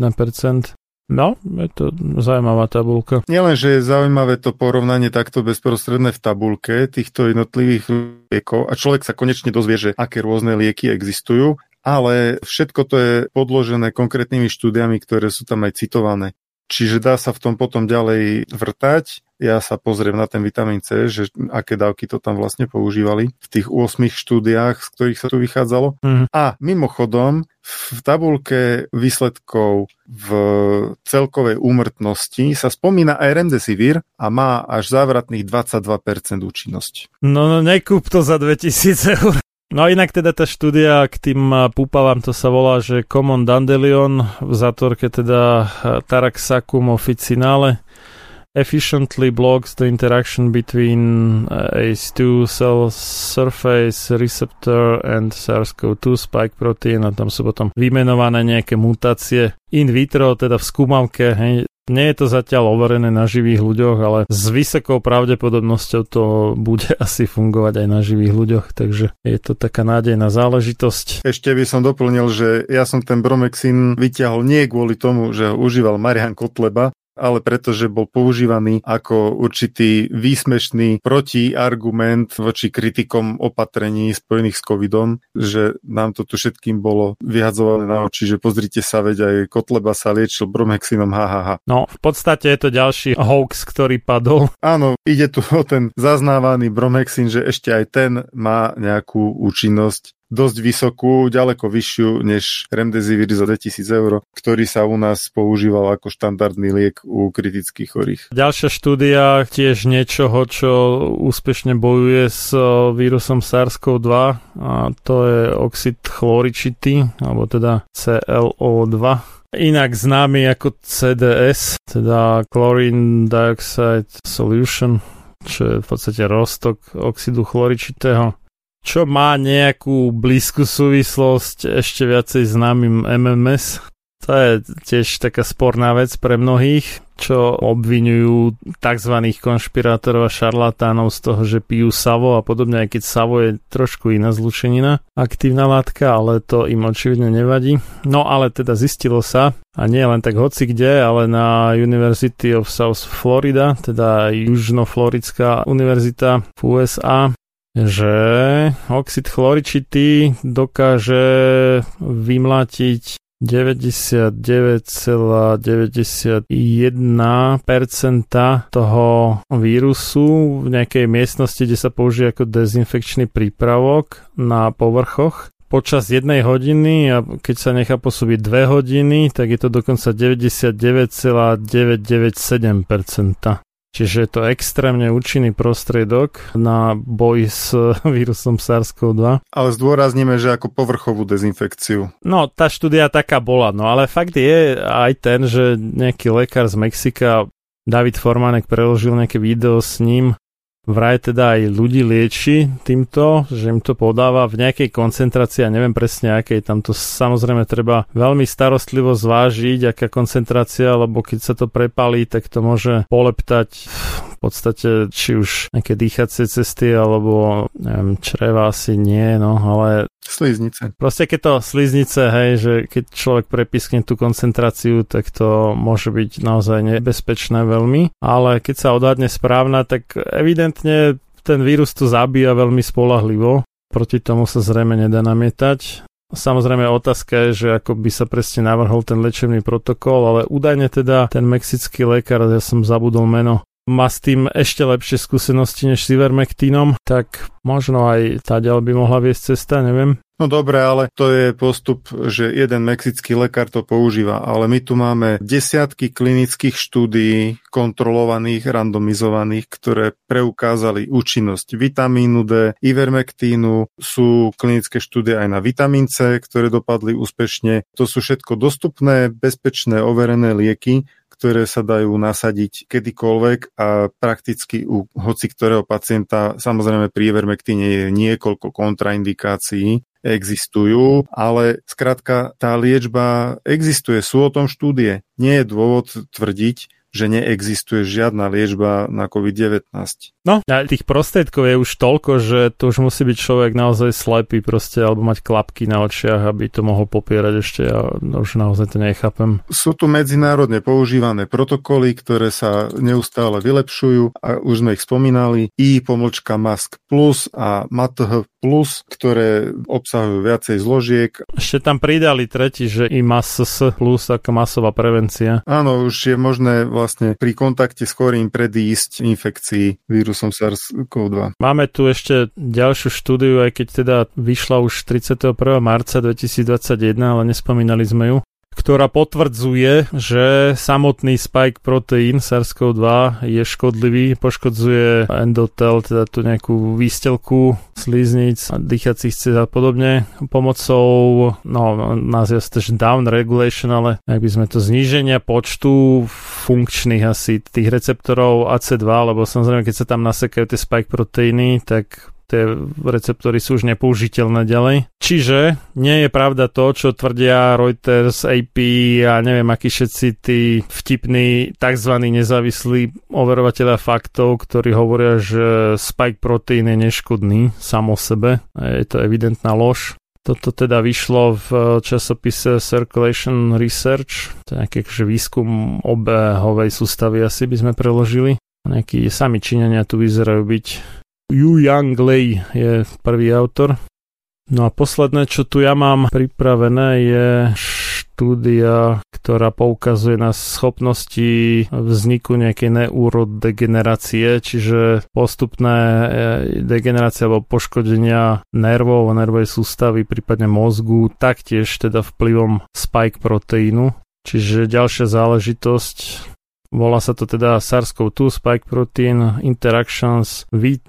No, je to zaujímavá tabuľka. Nielen, že je zaujímavé to porovnanie takto bezprostredné v tabuľke týchto jednotlivých liekov a človek sa konečne dozvie, že aké rôzne lieky existujú, ale všetko to je podložené konkrétnymi štúdiami, ktoré sú tam aj citované. Čiže dá sa v tom potom ďalej vrtať. Ja sa pozriem na ten vitamín C, že aké dávky to tam vlastne používali v tých 8 štúdiách, z ktorých sa tu vychádzalo. A mimochodom, v tabuľke výsledkov v celkovej úmrtnosti sa spomína aj remdesivir a má až závratných 22% účinnosť. No nekúp to za 2000 eur. No inak teda tá štúdia k tým púpavám, to sa volá, že Common Dandelion, v zátvorke teda Taraxacum officinale, efficiently blocks the interaction between ACE2 cell surface receptor and SARS-CoV-2 spike protein, a tam sú potom vymenované nejaké mutácie in vitro, teda v skúmavke, hej. Nie je to zatiaľ overené na živých ľuďoch, ale s vysokou pravdepodobnosťou to bude asi fungovať aj na živých ľuďoch, takže je to taká nádejná záležitosť. Ešte by som doplnil, že ja som ten bromexín vyťahol nie kvôli tomu, že ho užíval Marian Kotleba, ale pretože bol používaný ako určitý výsmešný protiargument voči kritikom opatrení spojených s covidom, že nám to tu všetkým bolo vyhadzované na oči, že pozrite sa, veď aj Kotleba sa liečil bromexínom, No, v podstate je to ďalší hoax, ktorý padol. Áno, ide tu o ten zaznávaný bromexín, že ešte aj ten má nejakú účinnosť dosť vysokú, ďaleko vyššiu než remdesivir za 2000 eur, ktorý sa u nás používal ako štandardný liek u kritických chorých. Ďalšia štúdia tiež niečoho, čo úspešne bojuje s vírusom SARS-CoV-2, a to je oxid chloričitý, alebo teda ClO2. Inak známy ako CDS, teda Chlorine Dioxide Solution, čo je v podstate roztok oxidu chloričitého, čo má nejakú blízku súvislosť ešte viacej známym MMS. To je tiež taká sporná vec pre mnohých, čo obviňujú tzv. Konšpirátorov a šarlatánov z toho, že pijú savo a podobne, aj keď savo je trošku iná zlučenina, aktívna látka, ale to im očividne nevadí. No ale teda zistilo sa, a nie len tak hoci kde, ale na University of South Florida, teda južnofloridská univerzita v USA, že oxid chloričitý dokáže vymlátiť 99,91% toho vírusu v nejakej miestnosti, kde sa použije ako dezinfekčný prípravok na povrchoch počas 1 hodiny, a keď sa nechá posúbiť 2 hodiny, tak je to dokonca 99,997%. Čiže je to extrémne účinný prostriedok na boj s vírusom SARS-CoV-2. Ale zdôrazníme, že ako povrchovú dezinfekciu. No, tá štúdia taká bola, no ale fakt je aj ten, že nejaký lekár z Mexika, David Formanek, preložil nejaké video s ním, vraj teda aj ľudí lieči týmto, že im to podáva v nejakej koncentrácii, a neviem presne akej, tam to samozrejme treba veľmi starostlivo zvážiť, aká koncentrácia, lebo keď sa to prepálí, tak to môže poleptať v podstate či už nejaké dýchacie cesty, alebo neviem, čreva asi nie, no ale sliznice. Proste keď to sliznice, hej, že keď človek prepiskne tú koncentráciu, tak to môže byť naozaj nebezpečné veľmi, ale keď sa odhadne správna, tak evidentne ten vírus to zabíja veľmi spoľahlivo, proti tomu sa zrejme nedá namietať. Samozrejme otázka je, že ako by sa presne navrhol ten liečebný protokol, ale údajne teda ten mexický lekár, ja som zabudol meno, má s tým ešte lepšie skúsenosti než s Ivermectinom, tak možno aj tá ďalej by mohla viesť cesta, neviem. No dobre, ale to je postup, že jeden mexický lekár to používa, ale my tu máme desiatky klinických štúdií kontrolovaných, randomizovaných, ktoré preukázali účinnosť vitamínu D, Ivermectínu, sú klinické štúdie aj na vitamín C, ktoré dopadli úspešne. To sú všetko dostupné, bezpečné, overené lieky, ktoré sa dajú nasadiť kedykoľvek a prakticky u hoci ktorého pacienta, samozrejme pri Ivermectine je niekoľko kontraindikácií, existujú, ale skrátka tá liečba existuje, sú o tom štúdie. Nie je dôvod tvrdiť, že neexistuje žiadna liečba na COVID-19. No, a tých prostriedkov je už toľko, že to už musí byť človek naozaj slepý proste, alebo mať klapky na očiach, aby to mohol popierať ešte. Ja už naozaj to nechápem. Sú tu medzinárodne používané protokoly, ktoré sa neustále vylepšujú a už sme ich spomínali. I-Mask Plus a MATH Plus, ktoré obsahujú viacej zložiek. Ešte tam pridali tretí, že I-MASS Plus ako masová prevencia. Áno, už je možné vlastne pri kontakte s chorým predísť infekcii vírusom SARS-CoV-2. Máme tu ešte ďalšiu štúdiu, aj keď teda vyšla už 31. marca 2021, ale nespomínali sme ju, ktorá potvrdzuje, že samotný spike proteín SARS-CoV-2 je škodlivý, poškodzuje endotel, teda tú nejakú výstelku slíznic, dýchacích ciest a podobne, pomocou, nazýva sa to down regulation, ale ak by sme to zníženia počtu funkčných asi tých receptorov AC2, lebo samozrejme, keď sa tam nasekajú tie spike proteíny, tak tie receptory sú už nepoužiteľné ďalej. Čiže nie je pravda to, čo tvrdia Reuters, AP a neviem akí všetci tí vtipní tzv. Nezávislí overovatelia faktov, ktorí hovoria, že spike proteín je neškodný sám o sebe. Je to evidentná lož. Toto teda vyšlo v časopise Circulation Research, to je nejaký výskum obehovej sústavy, asi by sme preložili. Nejakí sami Číňania tu vyzerajú byť. Yu Yang Lei je prvý autor. No a posledné, čo tu ja mám pripravené, je štúdia, ktorá poukazuje na schopnosti vzniku nejakej neurodegenerácie, čiže postupné degenerácie alebo poškodenia nervov a nervovej sústavy, prípadne mozgu, taktiež teda vplyvom spike proteínu. Čiže ďalšia záležitosť. Volá sa to teda SARS-CoV-2 spike protein interactions with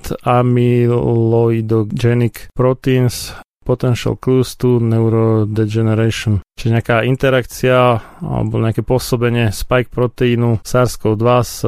amyloidogenic proteins potential clues to neurodegeneration. Čiže nejaká interakcia alebo nejaké pôsobenie spike proteínu SARS-CoV-2 s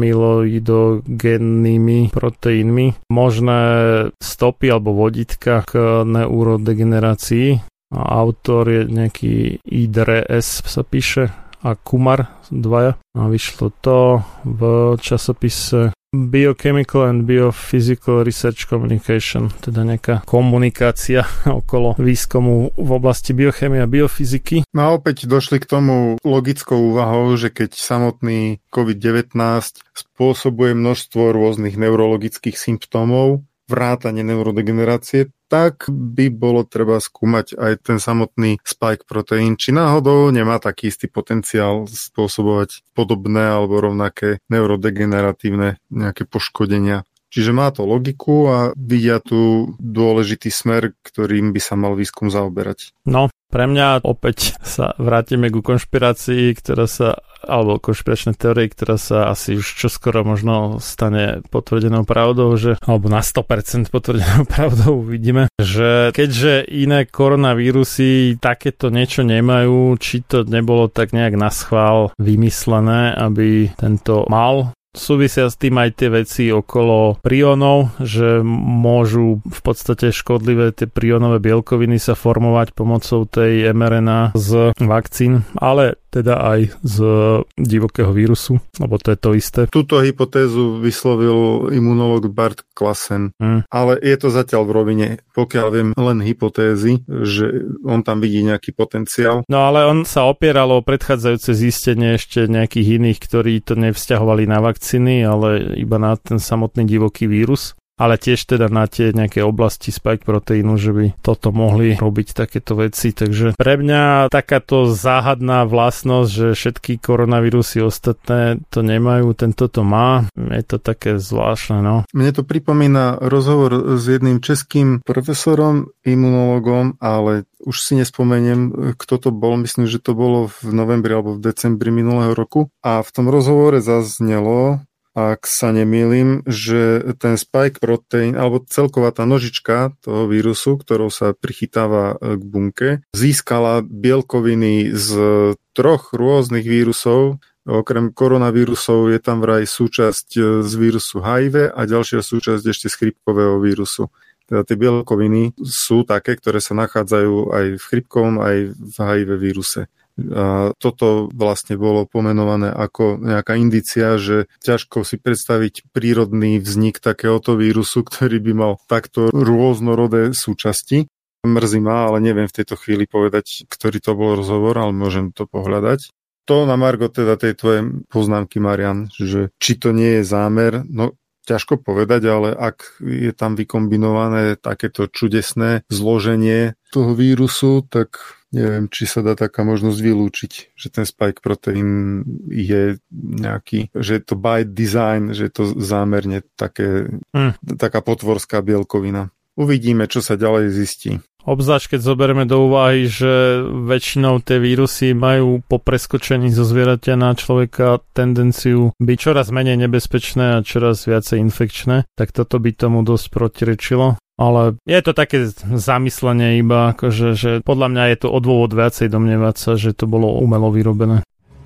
amyloidogennými proteínmi. Možné stopy alebo vodítka k neurodegenerácii. Autor je nejaký IDRS sa píše a Kumar, dvaja. A vyšlo to v časopise Biochemical and Biophysical Research Communication, teda nejaká komunikácia okolo výskumu v oblasti biochemie a biofyziky. No a opäť došli k tomu logickou úvahou, že keď samotný COVID-19 spôsobuje množstvo rôznych neurologických symptómov, vrátane neurodegenerácie, tak by bolo treba skúmať aj ten samotný spike proteín, či náhodou nemá taký istý potenciál spôsobovať podobné alebo rovnaké neurodegeneratívne nejaké poškodenia. Čiže má to logiku a vidia tu dôležitý smer, ktorým by sa mal výskum zaoberať. No, pre mňa opäť sa vrátime ku konšpirácii, alebo konšpiračnej teórii, ktorá sa asi už čoskoro možno stane potvrdenou pravdou, alebo na 100% potvrdenou pravdou uvidíme, že keďže iné koronavírusy takéto niečo nemajú, či to nebolo tak nejak naschvál vymyslené, aby tento mal. Súvisia s tým aj tie veci okolo prionov, že môžu v podstate škodlivé tie prionové bielkoviny sa formovať pomocou tej mRNA z vakcín, ale teda aj z divokého vírusu, lebo to je to isté. Túto hypotézu vyslovil imunológ Bart Klassen, ale je to zatiaľ v rovine, pokiaľ viem, len hypotézy, že on tam vidí nejaký potenciál. No ale on sa opieral o predchádzajúce zistenie ešte nejakých iných, ktorí to nevzťahovali na vakcíny, ale iba na ten samotný divoký vírus. ale tiež teda na tie nejaké oblasti spike proteínu, že by toto mohli robiť takéto veci. Takže pre mňa takáto záhadná vlastnosť, že všetky koronavírusy ostatné to nemajú, tento to má, je to také zvláštne, no. Mne to pripomína rozhovor s jedným českým profesorom, imunologom, ale už si nespomeniem, kto to bol, myslím, že to bolo v novembri alebo v decembri minulého roku. A v tom rozhovore zaznelo, ak sa nemýlim, že ten spike protein, alebo celková tá nožička toho vírusu, ktorou sa prichytáva k bunke, získala bielkoviny z 3 rôznych vírusov. Okrem koronavírusov je tam vraj súčasť z vírusu HIV a ďalšia súčasť ešte z chrípkového vírusu. Teda tie bielkoviny sú také, ktoré sa nachádzajú aj v chrípkovom, aj v HIV víruse. A toto vlastne bolo pomenované ako nejaká indícia, že ťažko si predstaviť prírodný vznik takéhoto vírusu, ktorý by mal takto rôznorodé súčasti. Mrzí ma, ale neviem v tejto chvíli povedať, ktorý to bol rozhovor, ale môžem to pohľadať. To na margo teda tej tvojej poznámky, Marian, že či to nie je zámer, no ťažko povedať, ale ak je tam vykombinované takéto čudesné zloženie toho vírusu, tak neviem, či sa dá taká možnosť vylúčiť, že ten spike protein je nejaký, že je to by design, že je to zámerne taká potvorská bielkovina. Uvidíme, čo sa ďalej zistí. Obzvlášť, keď zoberieme do úvahy, že väčšinou tie vírusy majú po preskočení zo zvieratia na človeka tendenciu byť čoraz menej nebezpečné a čoraz viacej infekčné, tak toto by tomu dosť protirečilo. Ale je to také zamyslenie iba, akože, že podľa mňa je to o dôvod viacej domnievať sa, že to bolo umelo vyrobené.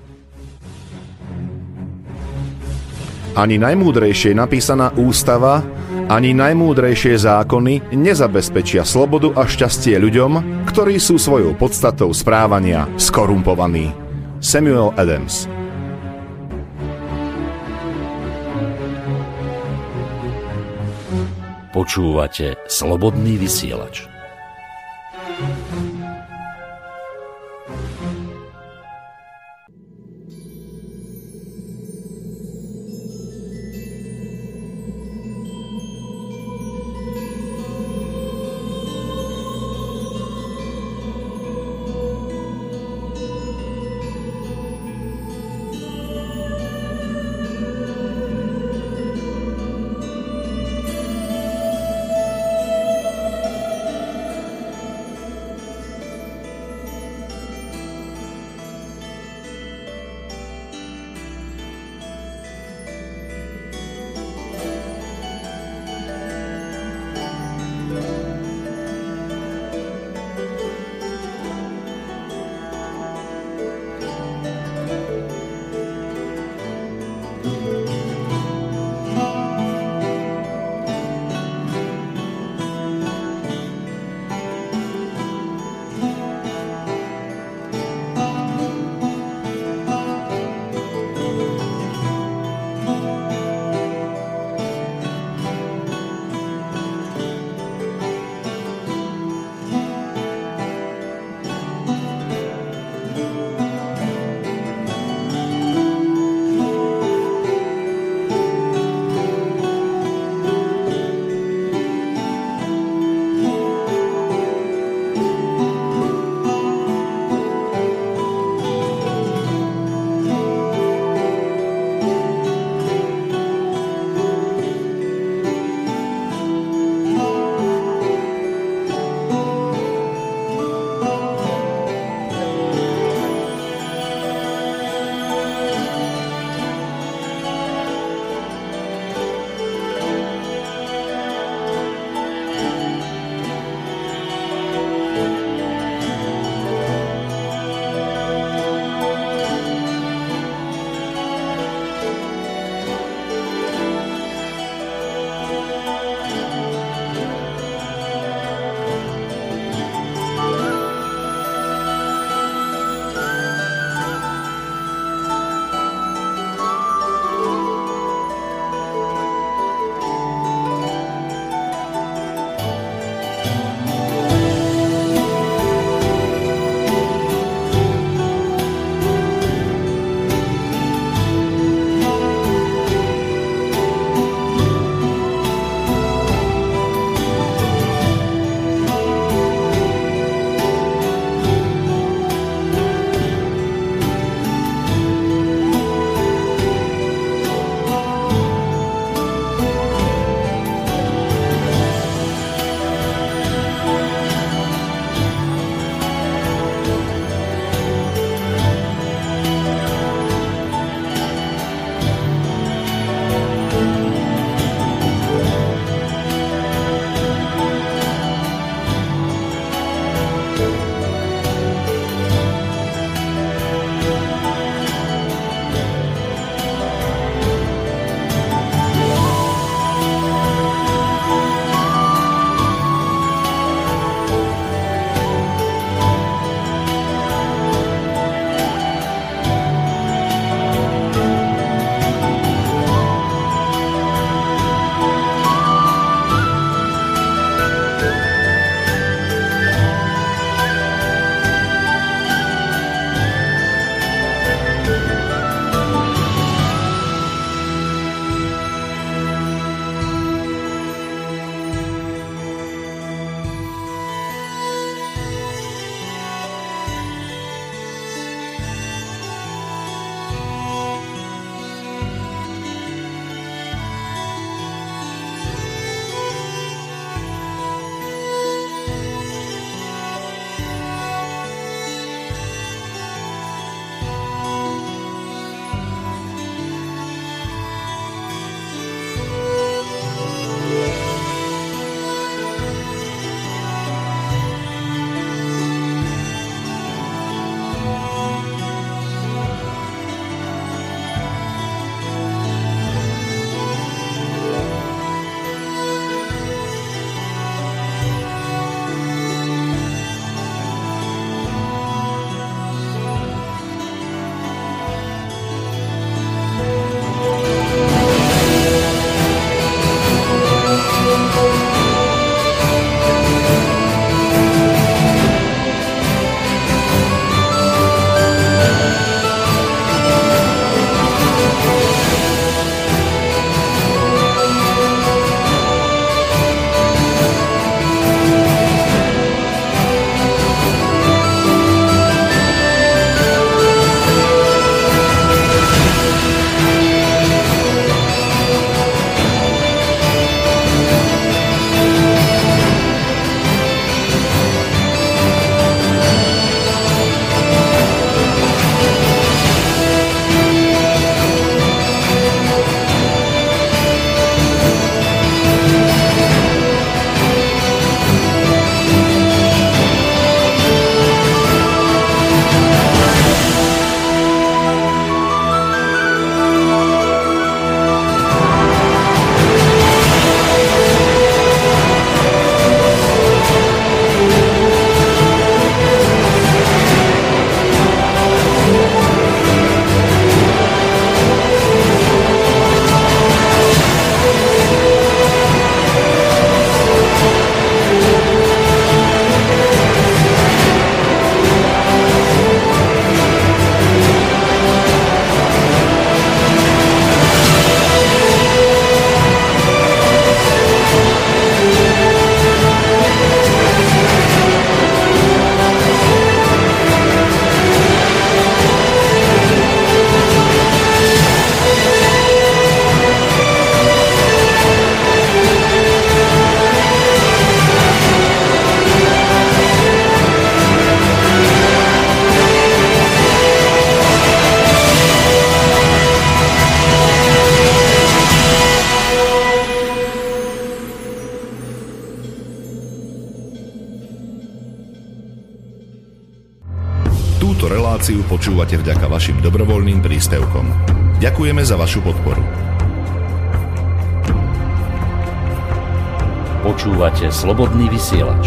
Ani najmúdrejšie napísaná ústava, ani najmúdrejšie zákony nezabezpečia slobodu a šťastie ľuďom, ktorí sú svojou podstatou správania skorumpovaní. Samuel Adams. Počúvate Slobodný vysielač. reláciu počúvate vďaka vašim dobrovoľným príspevkom. Ďakujeme za vašu podporu. Počúvate Slobodný vysielač.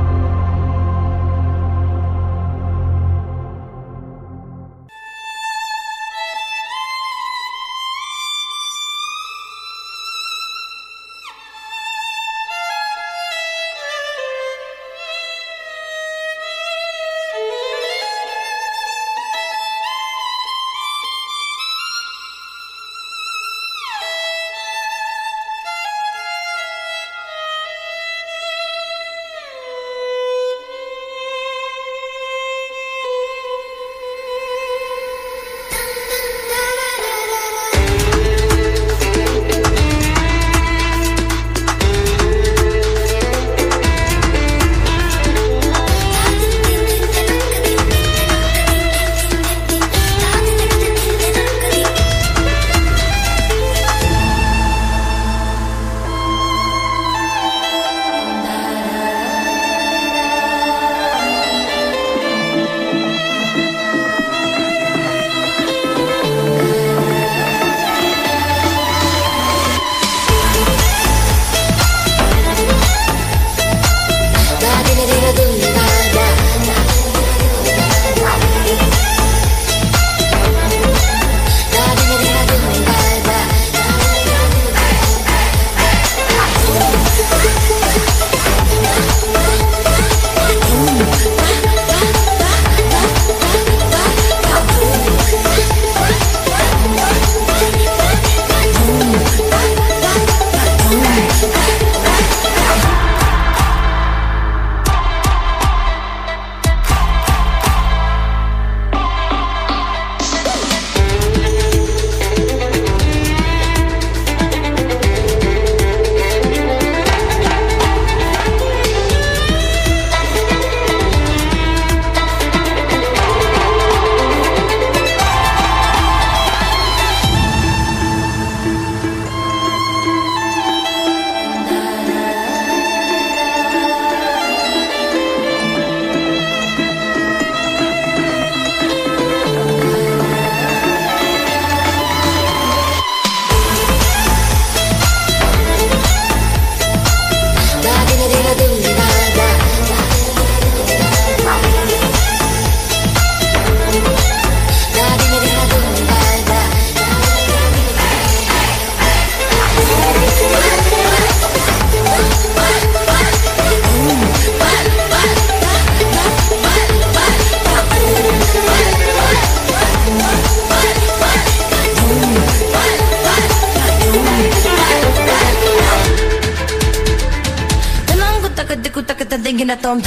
thinking that I'm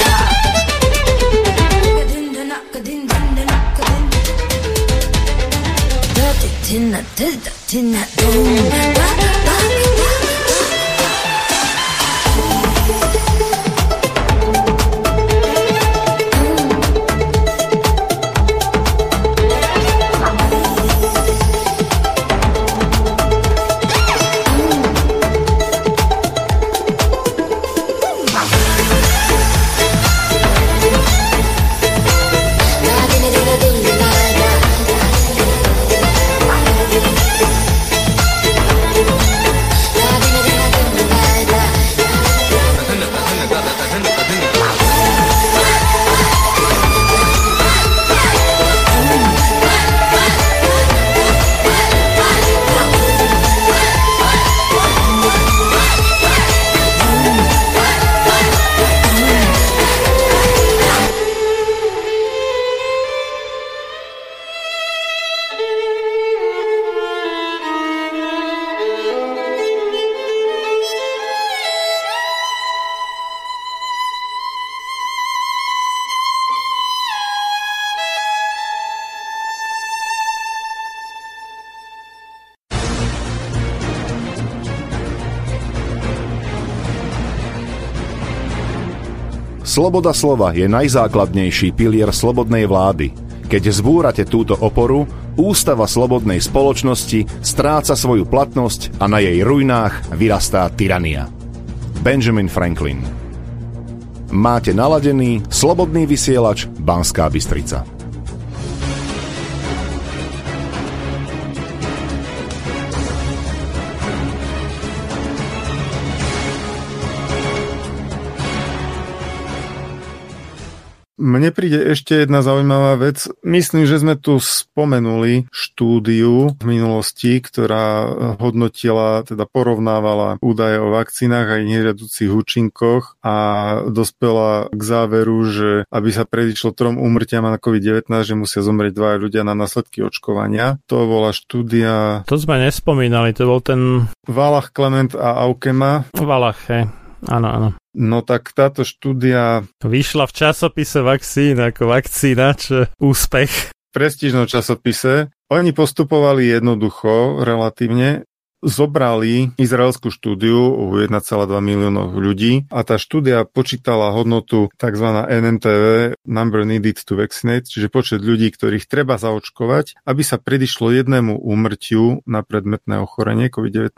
Sloboda slova je najzákladnejší pilier slobodnej vlády. Keď zbúrate túto oporu, ústava slobodnej spoločnosti stráca svoju platnosť a na jej ruinách vyrastá tyrania. Benjamin Franklin. Máte naladený Slobodný vysielač Banská Bystrica. Mne príde ešte jedna zaujímavá vec. Myslím, že sme tu spomenuli štúdiu v minulosti, ktorá hodnotila, teda porovnávala údaje o vakcínach a ich nežiaducich účinkoch a dospela k záveru, že aby sa predišlo 3 úmrtiam na COVID-19, že musia zomrieť 2 ľudia na následky očkovania. To bola štúdia... To sme nespomínali, to bol ten... Wallach, Clement a Aukema. Wallach, hej. Áno. No tak táto štúdia... Vyšla v časopise Vakcín ako vakcína, čo úspech. V prestížnom časopise. Oni postupovali jednoducho, relatívne. Zobrali izraelskú štúdiu o 1,2 miliónov ľudí a tá štúdia počítala hodnotu tzv. NNTV, number needed to vaccinate, čiže počet ľudí, ktorých treba zaočkovať, aby sa predišlo jednému úmrtiu na predmetné ochorenie COVID-19.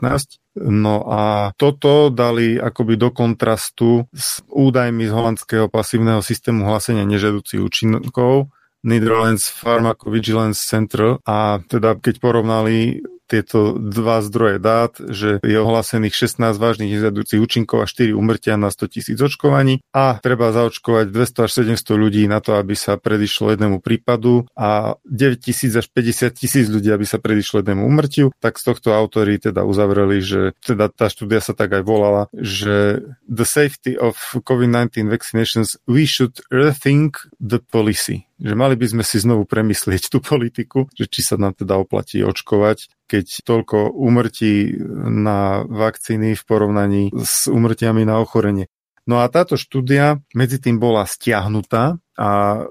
No a toto dali akoby do kontrastu s údajmi z holandského pasívneho systému hlásenia nežiaducich účinkov Netherlands Pharmacovigilance Center a teda keď porovnali tieto 2 zdroje dát, že je ohlásených 16 vážnych nežiaducich účinkov a 4 úmrtia na 100 000 očkovaní a treba zaočkovať 200 až 700 ľudí na to, aby sa predišlo jednému prípadu a 9 000 až 50 000 ľudí, aby sa predišlo jednému úmrtiu, tak z tohto autori teda uzavreli, že teda tá štúdia sa tak aj volala, že the safety of COVID-19 vaccinations, we should rethink the policy. Že mali by sme si znovu premyslieť tú politiku, že či sa nám teda oplatí očkovať, keď toľko úmrtí na vakcíny v porovnaní s úmrtiami na ochorenie. No a táto štúdia medzi tým bola stiahnutá a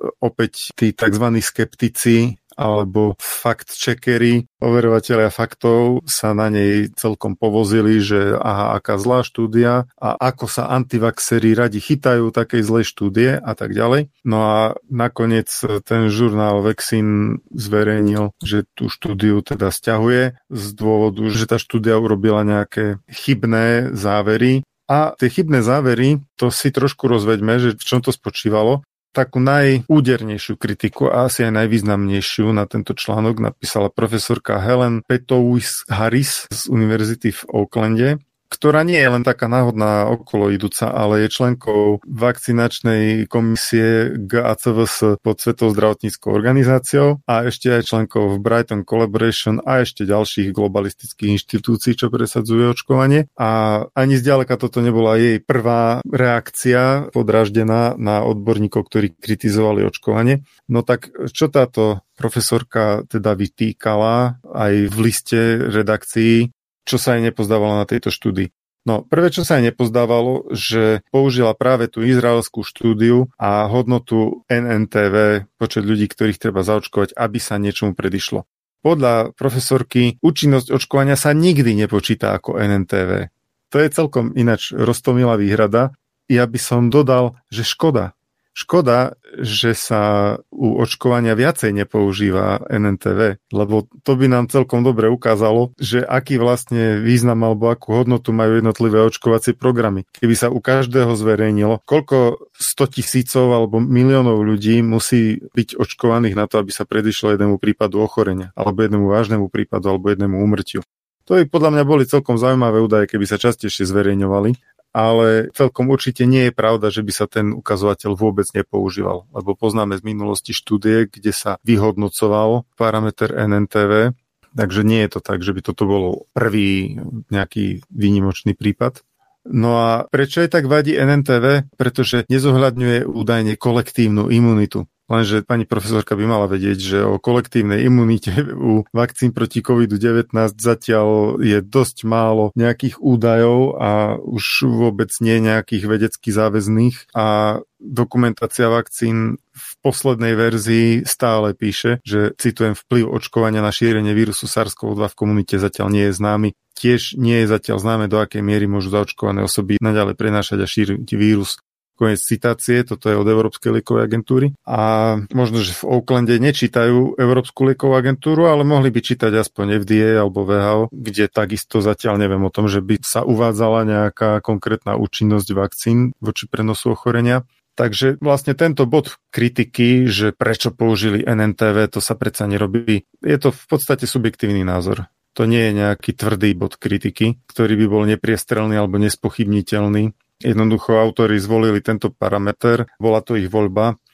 opäť tí tzv. Skeptici alebo fact-checkery, overovatelia faktov sa na nej celkom povozili, že aha, aká zlá štúdia a ako sa antivaxeri radi chytajú takej zlej štúdie a tak ďalej. No a nakoniec ten žurnál Vaccine zverejnil, že tú štúdiu teda stiahuje z dôvodu, že tá štúdia urobila nejaké chybné závery. A tie chybné závery, to si trošku rozveďme, že v čom to spočívalo. Takú najúdernejšiu kritiku a asi aj najvýznamnejšiu na tento článok napísala profesorka Helen Petowis Harris z univerzity v Oaklande, ktorá nie je len taká náhodná okolo idúca, ale je členkou vakcinačnej komisie GACVS pod Svetovou zdravotníckou organizáciou a ešte aj členkou v Brighton Collaboration a ešte ďalších globalistických inštitúcií, čo presadzujú očkovanie. A ani zďaleka toto nebola jej prvá reakcia podráždená na odborníkov, ktorí kritizovali očkovanie. No tak čo táto profesorka teda vytýkala aj v liste redakcií, čo sa jej nepozdávalo na tejto štúdii? No, prvé, čo sa jej nepozdávalo, že použila práve tú izraelskú štúdiu a hodnotu NNTV, počet ľudí, ktorých treba zaočkovať, aby sa niečomu predišlo. Podľa profesorky účinnosť očkovania sa nikdy nepočíta ako NNTV. To je celkom ináč roztomilá výhrada. Ja by som dodal, že škoda. Škoda, že sa u očkovania viacej nepoužíva NNTV, lebo to by nám celkom dobre ukázalo, že aký vlastne význam alebo akú hodnotu majú jednotlivé očkovacie programy. Keby sa u každého zverejnilo, koľko 100 000 alebo miliónov ľudí musí byť očkovaných na to, aby sa predišlo jednému prípadu ochorenia, alebo jednému vážnemu prípadu, alebo jednému úmrtiu. To by podľa mňa boli celkom zaujímavé údaje, keby sa častejšie zverejňovali. Ale celkom určite nie je pravda, že by sa ten ukazovateľ vôbec nepoužíval, lebo poznáme z minulosti štúdie, kde sa vyhodnocoval parameter NNTV, takže nie je to tak, že by toto bolo prvý nejaký výnimočný prípad. No a prečo je tak vadí NNTV? Pretože nezohľadňuje údajne kolektívnu imunitu. Lenže pani profesorka by mala vedieť, že o kolektívnej imunite u vakcín proti COVID-19 zatiaľ je dosť málo nejakých údajov a už vôbec nie nejakých vedecky záväzných a dokumentácia vakcín v poslednej verzii stále píše, že citujem, vplyv očkovania na šírenie vírusu SARS-CoV-2 v komunite zatiaľ nie je známy. Tiež nie je zatiaľ známe, do akej miery môžu zaočkované osoby naďalej prenášať a šíriť vírus. Koniec citácie, toto je od Európskej liekovej agentúry. A možno, že v Oaklande nečítajú Európsku liekovú agentúru, ale mohli by čítať aspoň FDA alebo WHO, kde takisto zatiaľ neviem o tom, že by sa uvádzala nejaká konkrétna účinnosť vakcín voči prenosu ochorenia. Takže vlastne tento bod kritiky, že prečo použili NNTV, to sa predsa nerobí. Je to v podstate subjektívny názor. To nie je nejaký tvrdý bod kritiky, ktorý by bol nepriestrelný alebo nespochybniteľný. Jednoducho autori zvolili tento parameter, bola to ich voľba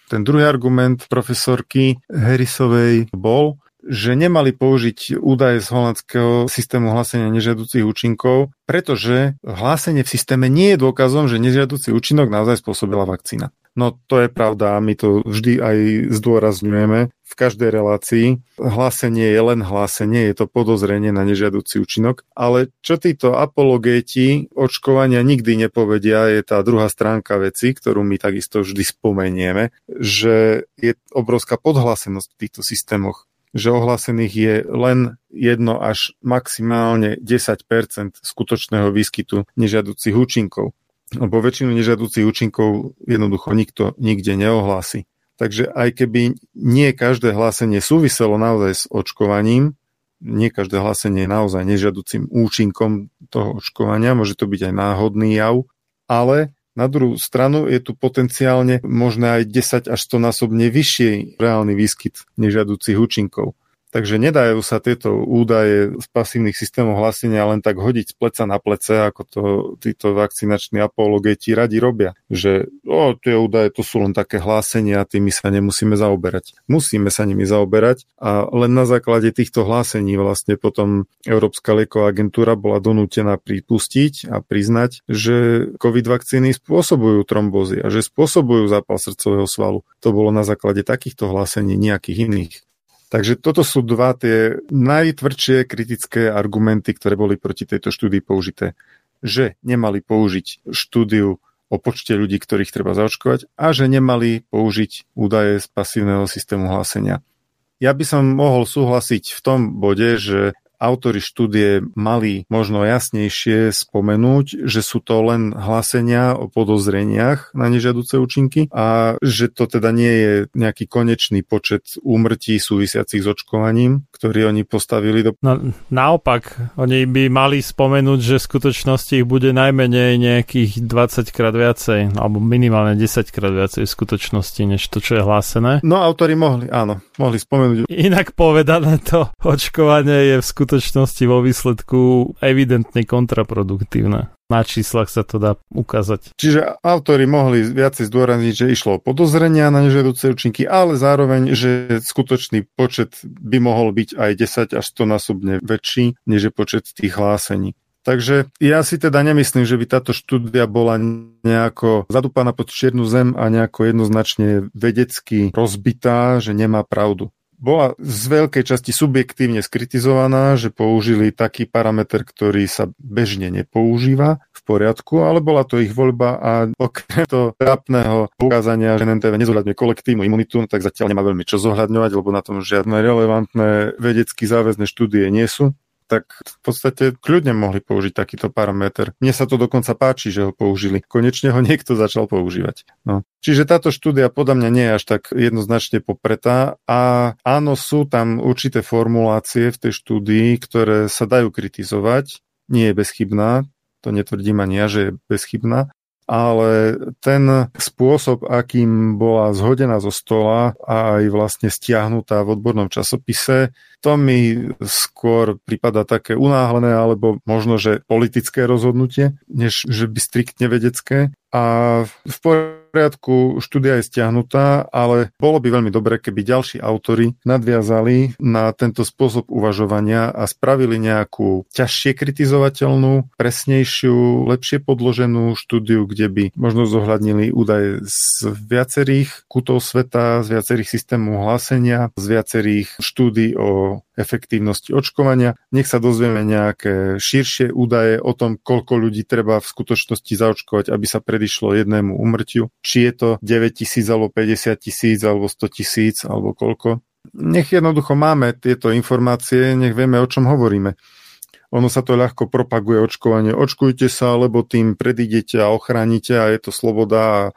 Ten druhý argument profesorky Harrisovej bol, že nemali použiť údaje z holandského systému hlásenia nežiaducich účinkov, pretože hlásenie v systéme nie je dôkazom, že nežiaducí účinok naozaj spôsobila vakcína. No to je pravda a my to vždy aj zdôrazňujeme v každej relácii. Hlásenie je len hlásenie, je to podozrenie na nežiaducí účinok, ale čo títo apologéti očkovania nikdy nepovedia, je tá druhá stránka veci, ktorú my takisto vždy spomenieme, že je obrovská podhlásenosť v týchto systémoch, že ohlásených je len 1 až maximálne 10% skutočného výskytu nežiaducich účinkov. Lebo väčšinu nežiaducich účinkov jednoducho nikto nikde neohlási. Takže aj keby nie každé hlásenie súviselo naozaj s očkovaním, nie každé hlásenie je naozaj nežiaducím účinkom toho očkovania, môže to byť aj náhodný jav, ale na druhú stranu je tu potenciálne možno aj 10 až 100 násobne vyšší reálny výskyt nežiaducich účinkov. Takže nedajú sa tieto údaje z pasívnych systémov hlásenia len tak hodiť z pleca na plece, ako to títo vakcinační apologeti radi robia. Že tie údaje to sú len také hlásenia, tými sa nemusíme zaoberať. Musíme sa nimi zaoberať a len na základe týchto hlásení vlastne potom Európska lieková agentúra bola donútená pripustiť a priznať, že COVID vakcíny spôsobujú trombózy a že spôsobujú zápal srdcového svalu. To bolo na základe takýchto hlásení, nejakých iných. Takže toto sú dva tie najtvrdšie kritické argumenty, ktoré boli proti tejto štúdii použité. Že nemali použiť štúdiu o počte ľudí, ktorých treba zaočkovať a že nemali použiť údaje z pasívneho systému hlásenia. Ja by som mohol súhlasiť v tom bode, že autori štúdie mali možno jasnejšie spomenúť, že sú to len hlásenia o podozreniach na nežiaduce účinky a že to teda nie je nejaký konečný počet úmrtí súvisiacich s očkovaním, ktorý oni postavili do... No, naopak, oni by mali spomenúť, že v skutočnosti ich bude najmenej nejakých 20 krát viacej, alebo minimálne 10 krát viacej v skutočnosti, než to, čo je hlásené. No, autori mohli spomenúť. Inak povedané, to očkovanie je v skutočnosti vo výsledku evidentne kontraproduktívne. Na číslach sa to dá ukázať. Čiže autori mohli viacej zdôrazniť, že išlo o podozrenia na nežiaduce účinky, ale zároveň, že skutočný počet by mohol byť aj 10 až 100 násobne väčší, než je počet tých hlásení. Takže ja si teda nemyslím, že by táto štúdia bola nejako zadúpaná pod čiernu zem a nejako jednoznačne vedecky rozbitá, že nemá pravdu. Bola z veľkej časti subjektívne skritizovaná, že použili taký parameter, ktorý sa bežne nepoužíva, v poriadku, ale bola to ich voľba a okrem toho trápneho ukázania, že NNTV nezohľadňuje kolektívnu imunitu, tak zatiaľ nemá veľmi čo zohľadňovať, lebo na tom žiadne relevantné vedecky záväzné štúdie nie sú. Tak v podstate kľudne mohli použiť takýto parameter. Mne sa to dokonca páči, že ho použili. Konečne ho niekto začal používať. No. Čiže táto štúdia podľa mňa nie je až tak jednoznačne popretá a áno, sú tam určité formulácie v tej štúdii, ktoré sa dajú kritizovať. Nie je bezchybná, to netvrdím ani ja, že je bezchybná, ale ten spôsob, akým bola zhodená zo stola a aj vlastne stiahnutá v odbornom časopise, to mi skôr prípada také unáhlené alebo možno, že politické rozhodnutie, než že by striktne vedecké. A v poriadku, štúdia je stiahnutá, ale bolo by veľmi dobre, keby ďalší autori nadviazali na tento spôsob uvažovania a spravili nejakú ťažšie kritizovateľnú, presnejšiu, lepšie podloženú štúdiu, kde by možno zohľadnili údaje z viacerých kútov sveta, z viacerých systémov hlásenia, z viacerých štúdií o efektívnosti očkovania. Nech sa dozvieme nejaké širšie údaje o tom, koľko ľudí treba v skutočnosti zaočkovať, aby sa predišlo jednému úmrtiu. Či je to 9 000, alebo 50 000, alebo 100 000, alebo koľko. Nech jednoducho máme tieto informácie, nech vieme, o čom hovoríme. Ono sa to ľahko propaguje očkovanie. Očkujte sa, lebo tým predídete a ochránite a je to sloboda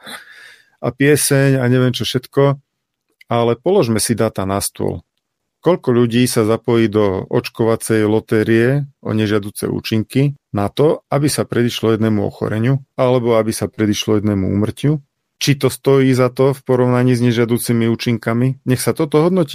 a pieseň a neviem čo všetko. Ale položme si dáta na stôl. Koľko ľudí sa zapojí do očkovacej lotérie o nežiaduce účinky na to, aby sa predišlo jednému ochoreniu alebo aby sa predišlo jednému úmrtiu? Či to stojí za to v porovnaní s nežiaducimi účinkami? Nech sa toto hodnotí.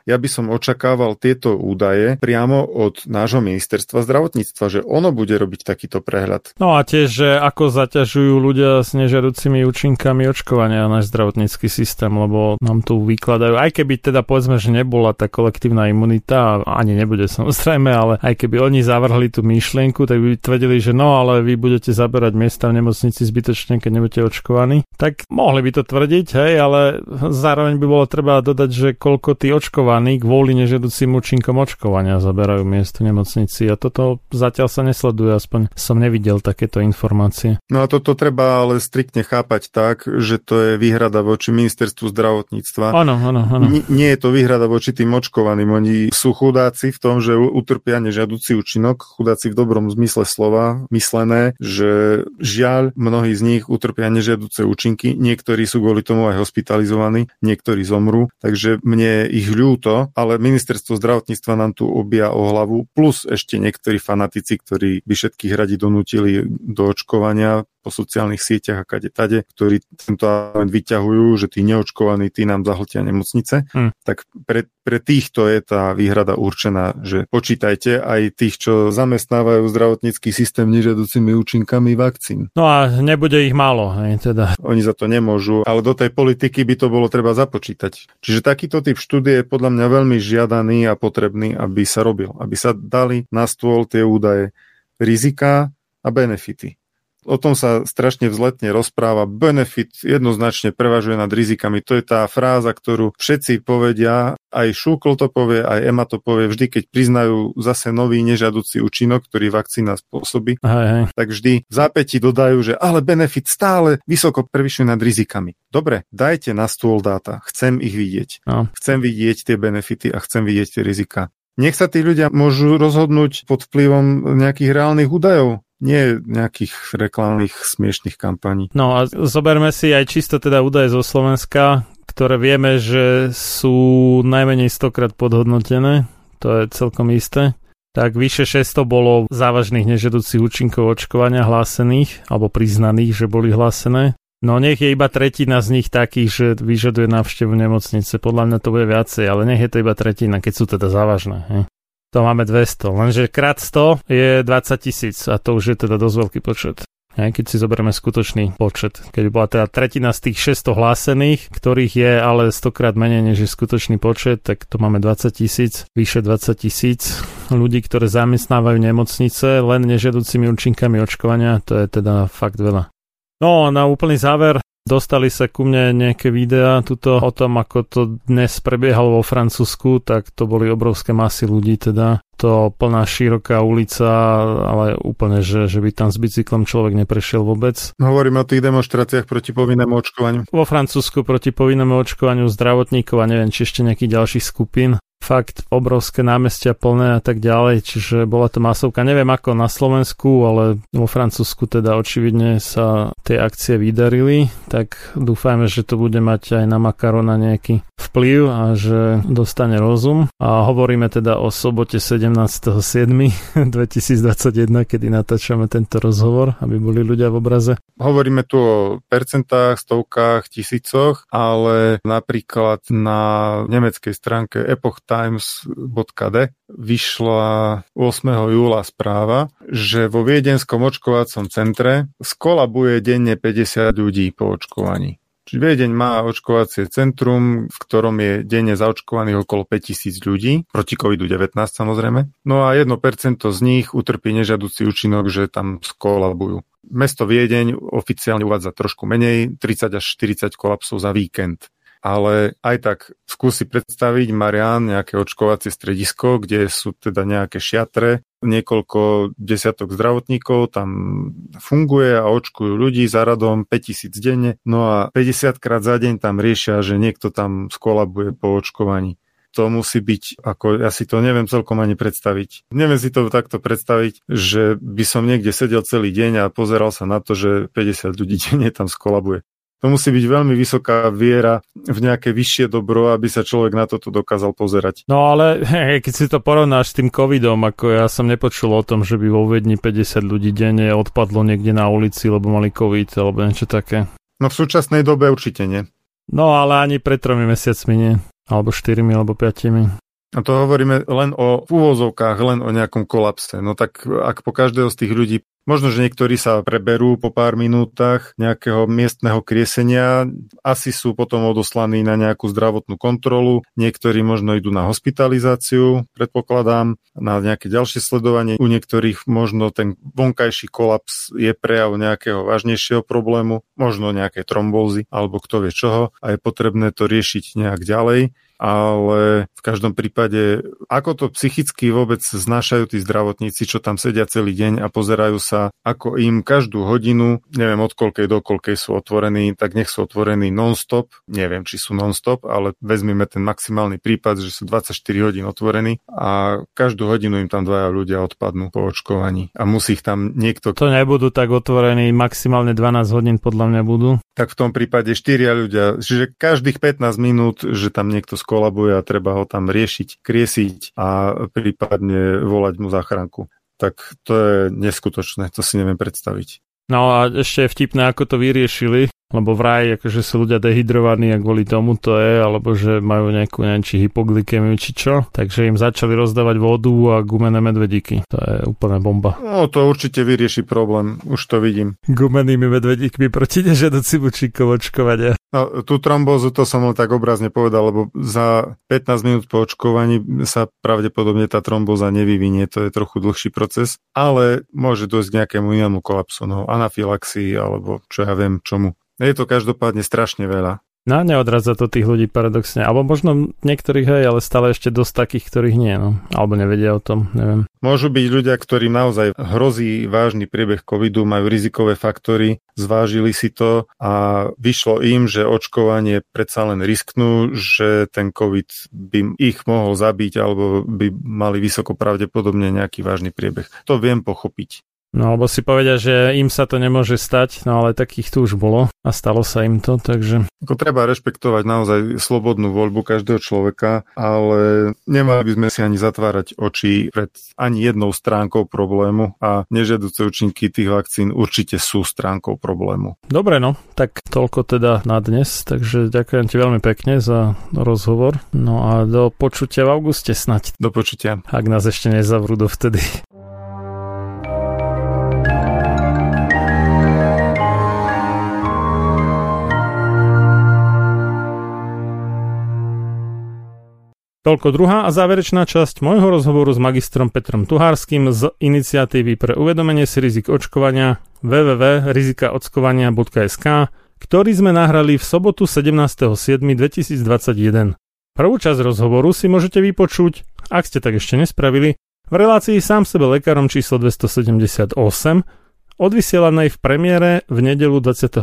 ja by som očakával tieto údaje priamo od nášho ministerstva zdravotníctva, že ono bude robiť takýto prehľad. No a tiež, že ako zaťažujú ľudia s nežiaducimi účinkami očkovania náš zdravotnícky systém, lebo nám tu vykladajú, aj keby teda povedzme, že nebola tá kolektívna imunita, ani nebude samozrejme, ale aj keby oni zavrhli tú myšlienku, tak by tvrdili, že no, ale vy budete zaberať miesta v nemocnici zbytočne, keď nebudete očkovaní. Tak mohli by to tvrdiť, hej, ale zároveň by bolo treba dodať, že koľko tí očkovaní kvôli nežiaducim účinkom očkovania zaberajú miesto v nemocnici a toto zatiaľ sa nesleduje, aspoň som nevidel takéto informácie. No a toto treba ale striktne chápať tak, že to je výhrada voči ministerstvu zdravotníctva. Áno. Nie je to výhrada voči tým očkovaným. Oni sú chudáci v tom, že utrpia nežiaducí účinok, chudáci v dobrom zmysle slova, myslené, že žiaľ, mnohí z nich utrpia nežiaduce účinky, niektorí sú kvôli tomu aj hospitalizovaní, niektorí zomrú, takže mne je ich ľúto, ale ministerstvo zdravotníctva nám tu obíja o hlavu, plus ešte niektorí fanatici, ktorí by všetkých radi donútili do očkovania po sociálnych sieťach a kade-tade, ktorí tento argument vyťahujú, že tí neočkovaní, tí nám zahltia nemocnice, tak pre týchto je tá výhrada určená, že počítajte aj tých, čo zamestnávajú zdravotnícky systém nežiaducimi účinkami vakcín. No a nebude ich málo, teda. Oni za to nemôžu, ale do tej politiky by to bolo treba započítať. Čiže takýto typ štúdie je podľa mňa veľmi žiadaný a potrebný, aby sa robil, aby sa dali na stôl tie údaje rizika a benefity. O tom sa strašne vzletne rozpráva. Benefit jednoznačne prevažuje nad rizikami. To je tá fráza, ktorú všetci povedia, aj Šúkl to povie, aj Ema to povie, vždy, keď priznajú zase nový nežiaducí účinok, ktorý vakcína spôsobí, tak vždy v zápäti dodajú, že ale benefit stále vysoko prevyšuje nad rizikami. Dobre, dajte na stôl dáta. Chcem ich vidieť. Chcem vidieť tie benefity a chcem vidieť tie rizika. Nech sa tí ľudia môžu rozhodnúť pod vplyvom nejakých reálnych údajov. Nie nejakých reklamných smiešných kampaní. No a zoberme si aj čisto teda údaje zo Slovenska, ktoré vieme, že sú najmenej 100-krát podhodnotené. To je celkom isté. Tak vyše 600 bolo závažných nežiaducich účinkov očkovania hlásených, alebo priznaných, že boli hlásené. No nech je iba tretina z nich takých, že vyžaduje návštevu nemocnice. Podľa mňa to bude viacej, ale nech je to iba tretina, keď sú teda závažné. Hej. To máme 200, lenže krát 100 je 20 000 a to už je teda dosť veľký počet. Keď si zoberieme skutočný počet. Keď bola teda tretina z tých 600 hlásených, ktorých je ale 100-krát menej než je skutočný počet, tak to máme 20 000, vyše 20 000 ľudí, ktoré zamestnávajú nemocnice len nežiaducimi účinkami očkovania, to je teda fakt veľa. No a na úplný záver, dostali sa ku mne nejaké videá tuto o tom, ako to dnes prebiehalo vo Francúzsku, tak to boli obrovské masy ľudí teda. To plná široká ulica, ale úplne, že by tam s bicyklom človek neprešiel vôbec. Hovoríme o tých demonštráciách proti povinnému očkovaniu. Vo Francúzsku proti povinnému očkovaniu zdravotníkov a neviem, či ešte nejakých ďalších skupín. Fakt obrovské námestia plné a tak ďalej, čiže bola to masovka. Neviem ako na Slovensku, ale vo Francúzsku teda očividne sa tie akcie vydarili, tak dúfajme, že to bude mať aj na Macrona nejaký vplyv a že dostane rozum. A hovoríme teda o sobote 17.7.2021, kedy natáčame tento rozhovor, aby boli ľudia v obraze. Hovoríme tu o percentách, stovkách, tisícoch, ale napríklad na nemeckej stránke epochtimes.de vyšla 8. júla správa, že vo viedenskom očkovacom centre skolabuje denne 50 ľudí po očkovaní. Čiže Viedeň má očkovacie centrum, v ktorom je denne zaočkovaných okolo 5000 ľudí, proti COVID-19 samozrejme. No a 1% z nich utrpí nežiaducí účinok, že tam skolabujú. Mesto Viedeň oficiálne uvádza trošku menej, 30 až 40 kolapsov za víkend. Ale aj tak skúsi predstaviť Marián nejaké očkovacie stredisko, kde sú teda nejaké šiatre, niekoľko desiatok zdravotníkov tam funguje a očkujú ľudí za radom 5000 denne, no a 50 krát za deň tam riešia, že niekto tam skolabuje po očkovaní. To musí byť, ako ja si to neviem celkom ani predstaviť. Neviem si to takto predstaviť, že by som niekde sedel celý deň a pozeral sa na to, že 50 ľudí denne tam skolabuje. To musí byť veľmi vysoká viera v nejaké vyššie dobro, aby sa človek na toto dokázal pozerať. No ale keď si to porovnáš s tým covidom, ako ja som nepočul o tom, že by vo Viedni 50 ľudí denne odpadlo niekde na ulici, lebo mali covid alebo niečo také. No v súčasnej dobe určite nie. No ale ani pred 3 mesiacmi nie. alebo 4 alebo 5. A to hovoríme len v úvozovkách, len o nejakom kolapse. No tak ak po každého z tých ľudí, možno, že niektorí sa preberú po pár minútach nejakého miestneho kriesenia, asi sú potom odoslaní na nejakú zdravotnú kontrolu, niektorí možno idú na hospitalizáciu, predpokladám, na nejaké ďalšie sledovanie. U niektorých možno ten vonkajší kolaps je prejav nejakého vážnejšieho problému, možno nejaké trombózy alebo kto vie čoho a je potrebné to riešiť nejak ďalej. Ale v každom prípade, ako to psychicky vôbec znášajú tí zdravotníci, čo tam sedia celý deň a pozerajú sa, ako im každú hodinu, neviem od koľkej do koľkej sú otvorení, tak nech sú otvorení non-stop, neviem, či sú non-stop, ale vezmime ten maximálny prípad, že sú 24 hodín otvorení a každú hodinu im tam dvaja ľudia odpadnú po očkovaní a musí ich tam niekto... To nebudú tak otvorení, maximálne 12 hodín podľa mňa budú. Tak v tom prípade 4 ľudia, čiže každých 15 minút, že tam niekto kolabuje a treba ho tam riešiť, kriesiť a prípadne volať mu záchranku. Tak to je neskutočné, to si neviem predstaviť. No a ešte je vtipné, ako to vyriešili, lebo vraj, akože sú ľudia dehydrovaní a kvôli tomu to je, alebo že majú nejakú, neviem, či hypoglykemiu, či čo, takže im začali rozdávať vodu a gumené medvedíky. To je úplne bomba. No to určite vyrieši problém, už to vidím. Gumenými medvedíkmi proti nežiaducim účinkom očkovania. No, tú trombózu to som len tak obrazne povedal, lebo za 15 minút po očkovaní sa pravdepodobne tá trombóza nevyvinie, to je trochu dlhší proces, ale môže dôjsť k nejakému inému kolapsu, no anafilaxii alebo čo ja viem čomu. Je to každopádne strašne veľa. No neodradza to tých ľudí paradoxne. Alebo možno niektorých hej, ale stále ešte dosť takých, ktorých nie. No. Alebo nevedia o tom, neviem. Môžu byť ľudia, ktorým naozaj hrozí vážny priebeh covidu, majú rizikové faktory, zvážili si to a vyšlo im, že očkovanie predsa len risknú, že ten covid by ich mohol zabiť alebo by mali vysoko pravdepodobne nejaký vážny priebeh. To viem pochopiť. No, alebo si povedia, že im sa to nemôže stať, no ale takých tu už bolo a stalo sa im to, takže... Ako treba rešpektovať naozaj slobodnú voľbu každého človeka, ale nemali by sme si ani zatvárať oči pred ani jednou stránkou problému a nežiaduce účinky tých vakcín určite sú stránkou problému. Dobre, no, tak toľko teda na dnes, takže ďakujem ti veľmi pekne za rozhovor, no a do počutia v auguste snať. Do počutia. Ak nás ešte nezavrú dovtedy. Toľko druhá a záverečná časť môjho rozhovoru s magistrom Petrom Tuhárskym z iniciatívy pre uvedomenie si rizik očkovania www.rizikaočkovania.sk, ktorý sme nahrali v sobotu 17.7.2021. Prvú časť rozhovoru si môžete vypočuť, ak ste tak ešte nespravili, v relácii Sám sebe lekárom číslo 278, odvysielanej v premiére v nedeľu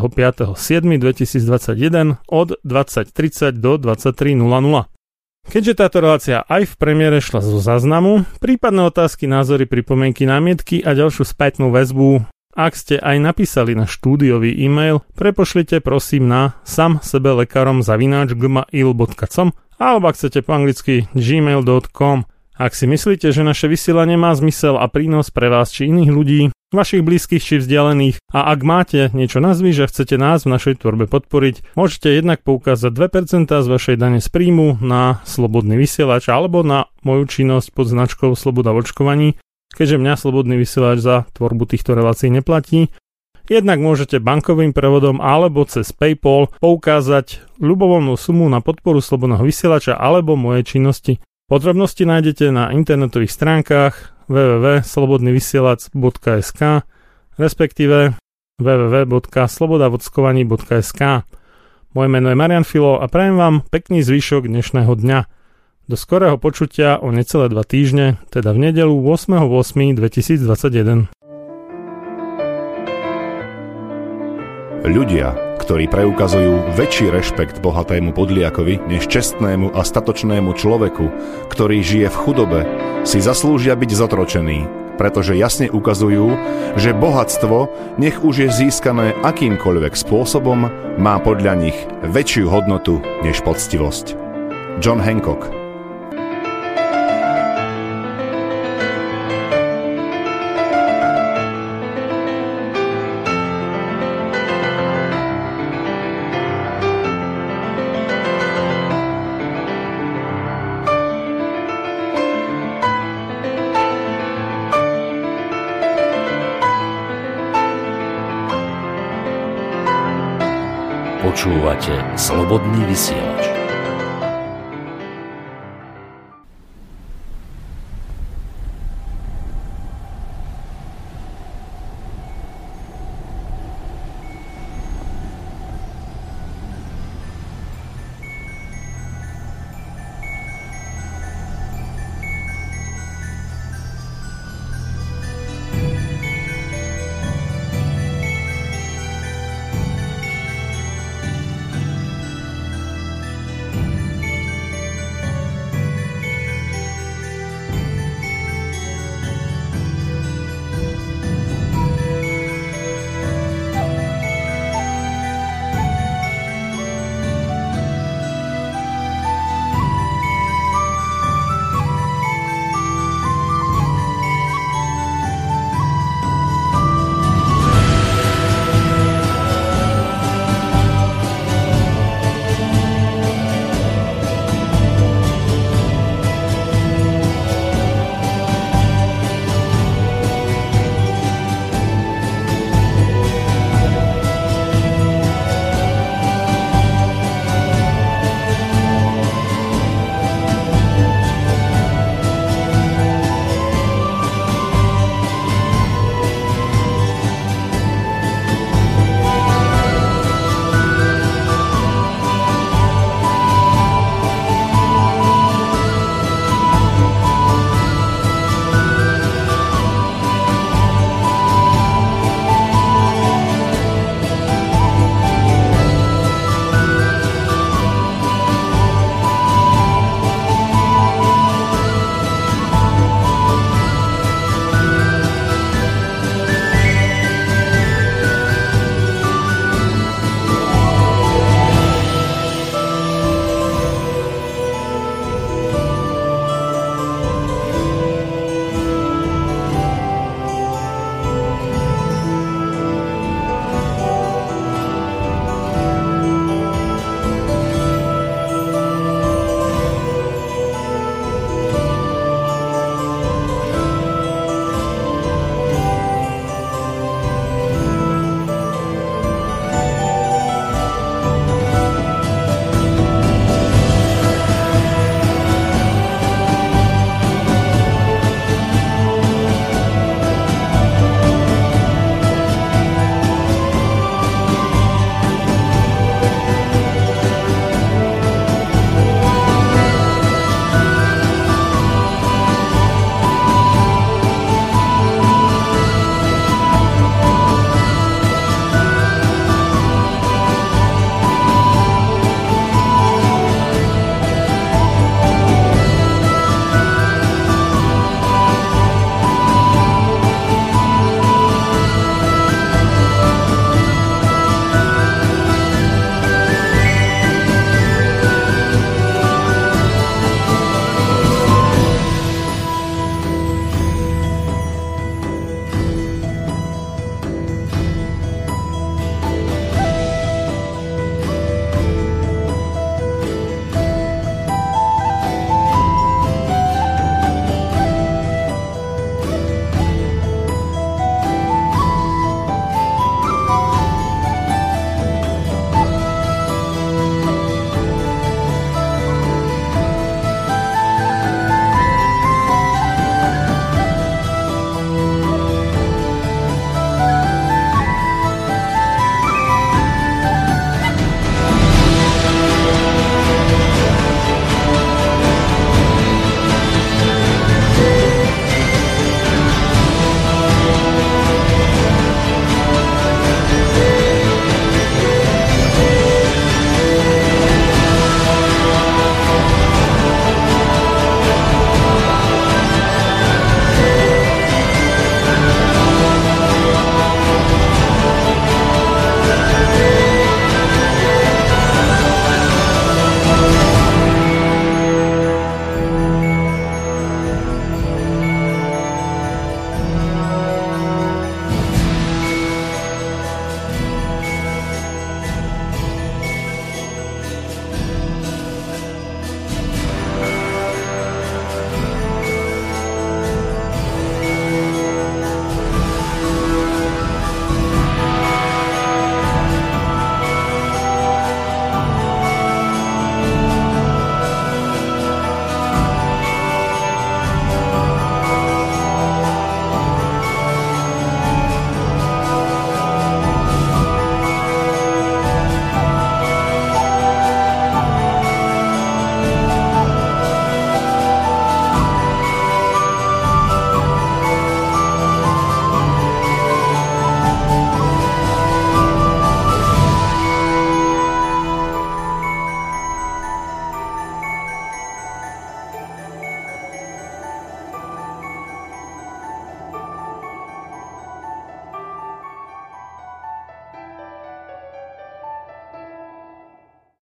25.7.2021 od 20.30 do 23.00. Keďže táto relácia aj v premiére šla zo záznamu, prípadné otázky, názory, pripomienky, námietky a ďalšiu spätnú väzbu, ak ste aj napísali na štúdiový e-mail, prepošlite prosím na samsebelekarom@gmail.com alebo ak chcete po anglicky gmail.com. Ak si myslíte, že naše vysielanie má zmysel a prínos pre vás či iných ľudí, vašich blízkych či vzdialených a ak máte niečo nazvy, že chcete nás v našej tvorbe podporiť, môžete jednak poukázať 2% z vašej dane z príjmu na Slobodný vysielač alebo na moju činnosť pod značkou Sloboda v očkovaní, keďže mňa Slobodný vysielač za tvorbu týchto relácií neplatí. Jednak môžete bankovým prevodom alebo cez PayPal poukázať ľubovoľnú sumu na podporu Slobodného vysielača alebo mojej činnosti. Podrobnosti nájdete na internetových stránkach www.slobodnyvysielac.sk respektíve www.slobodavodskovani.sk. Moje meno je Marian Filo a prajem vám pekný zvyšok dnešného dňa. Do skorého počutia o necelé 2 týždne, teda v nedeľu 8.8.2021. Ľudia, ktorí preukazujú väčší rešpekt bohatému podliakovi než čestnému a statočnému človeku, ktorý žije v chudobe, si zaslúžia byť zotročení, pretože jasne ukazujú, že bohatstvo, nech už je získané akýmkoľvek spôsobom, má podľa nich väčšiu hodnotu než poctivosť. John Hancock. Počúvate Slobodný vysielač.